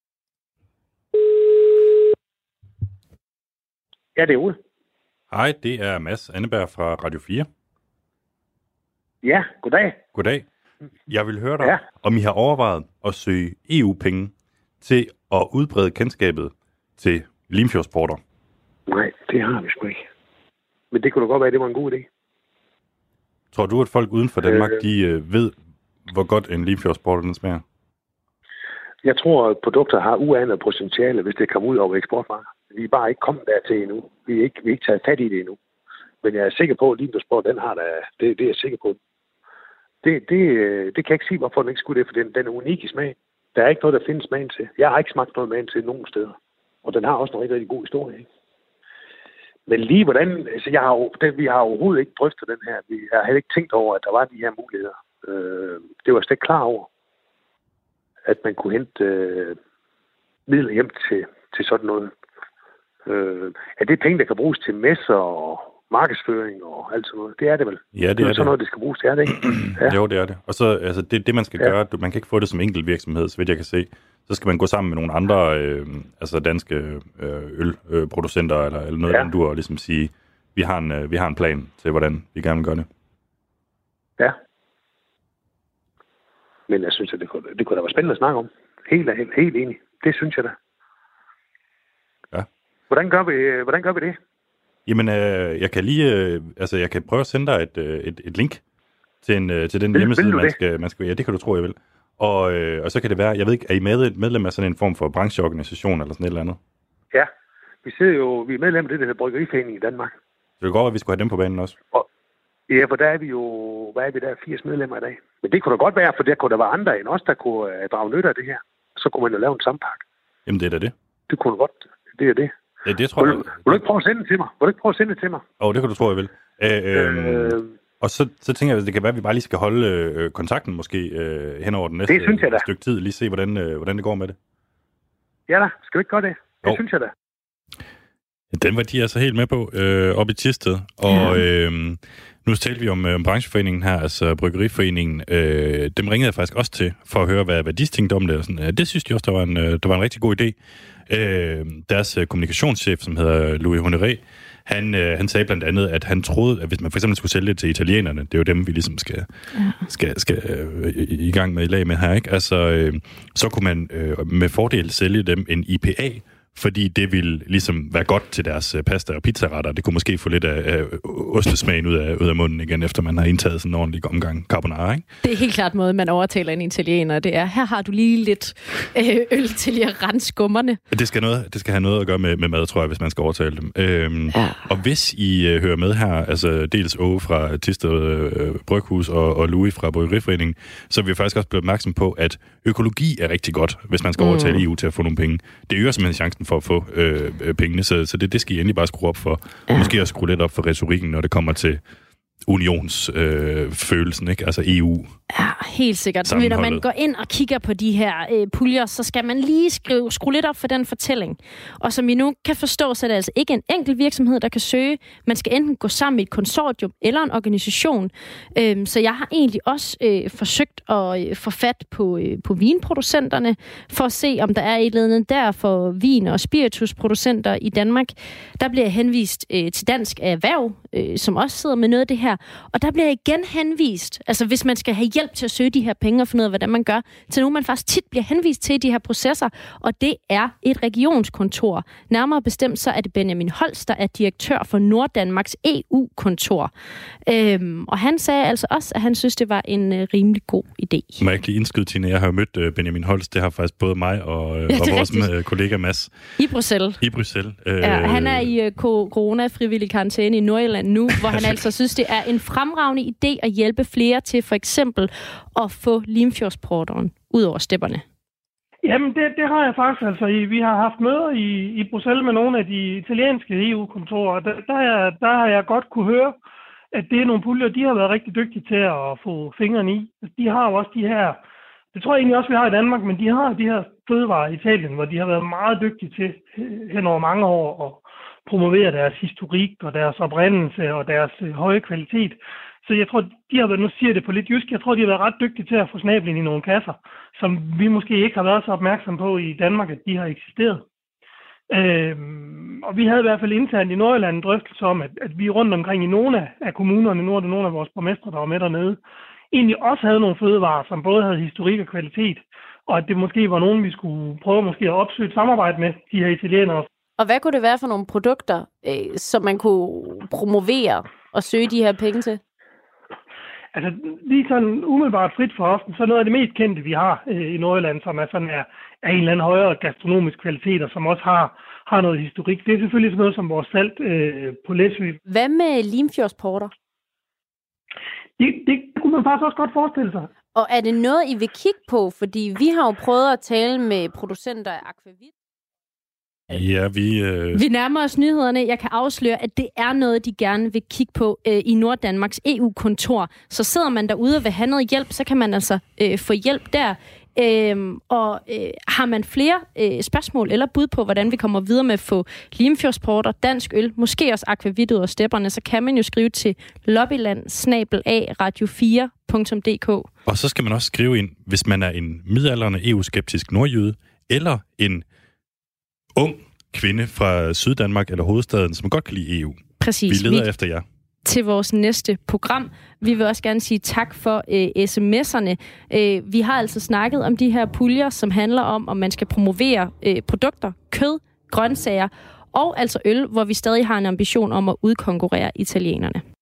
Ja, det er Ole. Hej, det er Mads Anneberg fra Radio 4. Ja, goddag. Goddag. Jeg vil høre dig, om I har overvejet at søge EU-penge til at udbrede kendskabet til Limfjordsporter. Nej, det har vi sgu ikke. Men det kunne da godt være, at det var en god idé. Tror du, at folk uden for Danmark, de ved, hvor godt en Limfjordsporter den smager? Jeg tror, at produkter har uanet potentiale, hvis det kommer ud over eksportvarer. Vi er bare ikke kommet dertil endnu. Vi er ikke taget fat i det endnu. Men jeg er sikker på, at Limfjordsporter, den har der. Det er jeg sikker på. Det kan jeg ikke sige, hvorfor den ikke skulle det, for den er unik i smag. Der er ikke noget, der findes magen til. Jeg har ikke smagt noget magen til nogen steder. Og den har også en rigtig, rigtig god historie, ikke? Men lige hvordan... Altså, vi har overhovedet ikke drøftet den her. Vi har heller ikke tænkt over, at der var de her muligheder. Det var jeg slet ikke klar over, at man kunne hente midler hjem til sådan noget. At det er penge, der kan bruges til messer og markedsføring og alt sådan noget. Det er det vel? Ja, det er sådan noget, det skal bruges til, er det ikke? Ja. Jo, det er det. Og så, altså, det man skal gøre, man kan ikke få det som enkelt virksomhed, så vidt jeg kan se. Så skal man gå sammen med nogle andre altså danske ølproducenter eller noget, der du og ligesom sige, vi har en plan til, hvordan vi gerne vil gøre det. Ja. Men jeg synes, at det kunne da være spændende at snakke om. Helt enig. Det synes jeg da. Ja. Hvordan gør vi det? Jamen, jeg kan lige, jeg kan prøve at sende dig et link til den hjemmeside, man skal. Ja, det kan du tro, jeg vil. Og så kan det være, jeg ved ikke, er I medlem af sådan en form for brancheorganisation eller sådan et eller andet? Ja, vi er medlem af det, der hedder Bryggeriforeningen i Danmark. Så det går godt, at vi skulle have dem på banen også. Ja, for der er vi jo, 80 medlemmer i dag. Men det kunne da godt være, for der kunne der være andre end os, der kunne drage nytte af det her. Så kunne man jo lave en sammenpakke. Jamen, det er da det. Det kunne godt. Det er det. Ja, det tror jeg. Vil du ikke prøve at sende det til mig? Det kan du tro, jeg vil. Og så tænker jeg, at det kan være, at vi bare lige skal holde kontakten måske hen over den næste stykke tid. Lige se, hvordan det går med det. Ja da, skal vi ikke gøre det? Det synes jeg da. Den var de altså helt med på op i Thisted. Og nu talte vi om brancheforeningen her, altså Bryggeriforeningen. Dem ringede jeg faktisk også til, for at høre, hvad de tænkte om det. Og sådan. Det synes de også, der var en rigtig god idé. Deres kommunikationschef, som hedder Louis Honoré, han sagde blandt andet, at han troede, at hvis man for eksempel skulle sælge det til italienerne, det er jo dem, vi ligesom skal i gang med i lag med her, ikke? Altså, så kunne man med fordel sælge dem en IPA, fordi det ville ligesom være godt til deres pasta- og pizzaretter. Det kunne måske få lidt af ostesmagen ud af munden igen, efter man har indtaget sådan en ordentlig omgang carbonara, ikke? Det er helt klart måde, man overtaler en italiener. Det er, her har du lige lidt øl til at rense skummerne. Det skal have noget at gøre med mad, tror jeg, hvis man skal overtale dem. Og hvis I hører med her, altså dels Åge fra Thisted Bryghus og Louis fra Bryggeriforeningen, så er vi faktisk også blevet opmærksom på, at økologi er rigtig godt, hvis man skal overtale EU til at få nogle penge. Det øger simpelthen chancen for at få pengene, så det skal I endelig bare skrue op for. Måske også skrue lidt op for retorikken, når det kommer til unionsfølelsen, ikke? Altså EU. Ja, helt sikkert. Så når man går ind og kigger på de her puljer, så skal man lige skrue lidt op for den fortælling. Og som I nu kan forstå, så er det altså ikke en enkelt virksomhed, der kan søge. Man skal enten gå sammen i et konsortium eller en organisation. Så jeg har egentlig også forsøgt at få fat på vinproducenterne, for at se, om der er et eller andet der for vin- og spiritusproducenter i Danmark. Der bliver jeg henvist til Dansk Erhverv, som også sidder med noget af det her. Og der bliver jeg igen henvist, altså hvis man skal have hjælp til at søge de her penge og finde ud af, hvordan man gør, til nogen, man faktisk tit bliver henvist til i de her processer, og det er et regionskontor. Nærmere bestemt så er det Benjamin Holst, der er direktør for Norddanmarks EU-kontor. Og han sagde altså også, at han synes, det var en rimelig god idé. Må jeg ikke lige indskyde, Tine? Jeg har mødt Benjamin Holst. Det har faktisk både mig og vores kollega Mads. I Bruxelles. Han er i corona-frivillig karantæne i Nordjylland nu, hvor han altså synes, det er en fremragende idé at hjælpe flere til for eksempel at få Limfjordsporteren ud over stepperne. Jamen, det har jeg faktisk. Altså, vi har haft møder i Bruxelles med nogle af de italienske EU-kontorer. Der har jeg godt kunne høre, at det er nogle puljer, de har været rigtig dygtige til at få fingrene i. De har jo også de her, det tror jeg egentlig også, vi har i Danmark, men de har de her fødevarer i Italien, hvor de har været meget dygtige til hen over mange år at promovere deres historik og deres oprindelse og deres høje kvalitet. Så jeg tror, de har været, nu siger jeg det på lidt jysk, jeg tror, de har været ret dygtige til at få snablen i nogle kasser, som vi måske ikke har været så opmærksom på i Danmark, at de har eksisteret. Og vi havde i hvert fald internt i Nordjylland en drøftelse om, at vi rundt omkring i nogle af kommunerne, nu er det nogle af vores borgmestre, der var med dernede, egentlig også havde nogle fødevarer, som både havde historik og kvalitet, og at det måske var nogen, vi skulle prøve måske at opsøge et samarbejde med, de her italienere. Og hvad kunne det være for nogle produkter, som man kunne promovere og søge de her penge til? Altså, lige sådan umiddelbart frit for hoften, så noget af det mest kendte, vi har i Nordjylland, som er sådan er en eller anden højere gastronomisk kvalitet, og som også har noget historik. Det er selvfølgelig sådan noget som vores salt på Læsø. Hvad med Limfjordsporter? Det kunne man faktisk også godt forestille sig. Og er det noget, I vil kigge på? Fordi vi har jo prøvet at tale med producenter af akvavit. Ja, vi nærmer os nyhederne. Jeg kan afsløre, at det er noget, de gerne vil kigge på i Norddanmarks EU-kontor. Så sidder man derude og vil have noget hjælp, så kan man altså få hjælp der. Har man flere spørgsmål eller bud på, hvordan vi kommer videre med at få Limfjordsporter, dansk øl, måske også akvavit ud af stepperne, så kan man jo skrive til lobbyland@radio4.dk. Og så skal man også skrive ind, hvis man er en midaldrende EU-skeptisk nordjyde, eller en ung kvinde fra Syddanmark eller hovedstaden, som godt kan lide EU. Præcis. Vi leder efter jer. Til vores næste program. Vi vil også gerne sige tak for sms'erne. Vi har altså snakket om de her puljer, som handler om man skal promovere produkter, kød, grøntsager og altså øl, hvor vi stadig har en ambition om at udkonkurrere italienerne.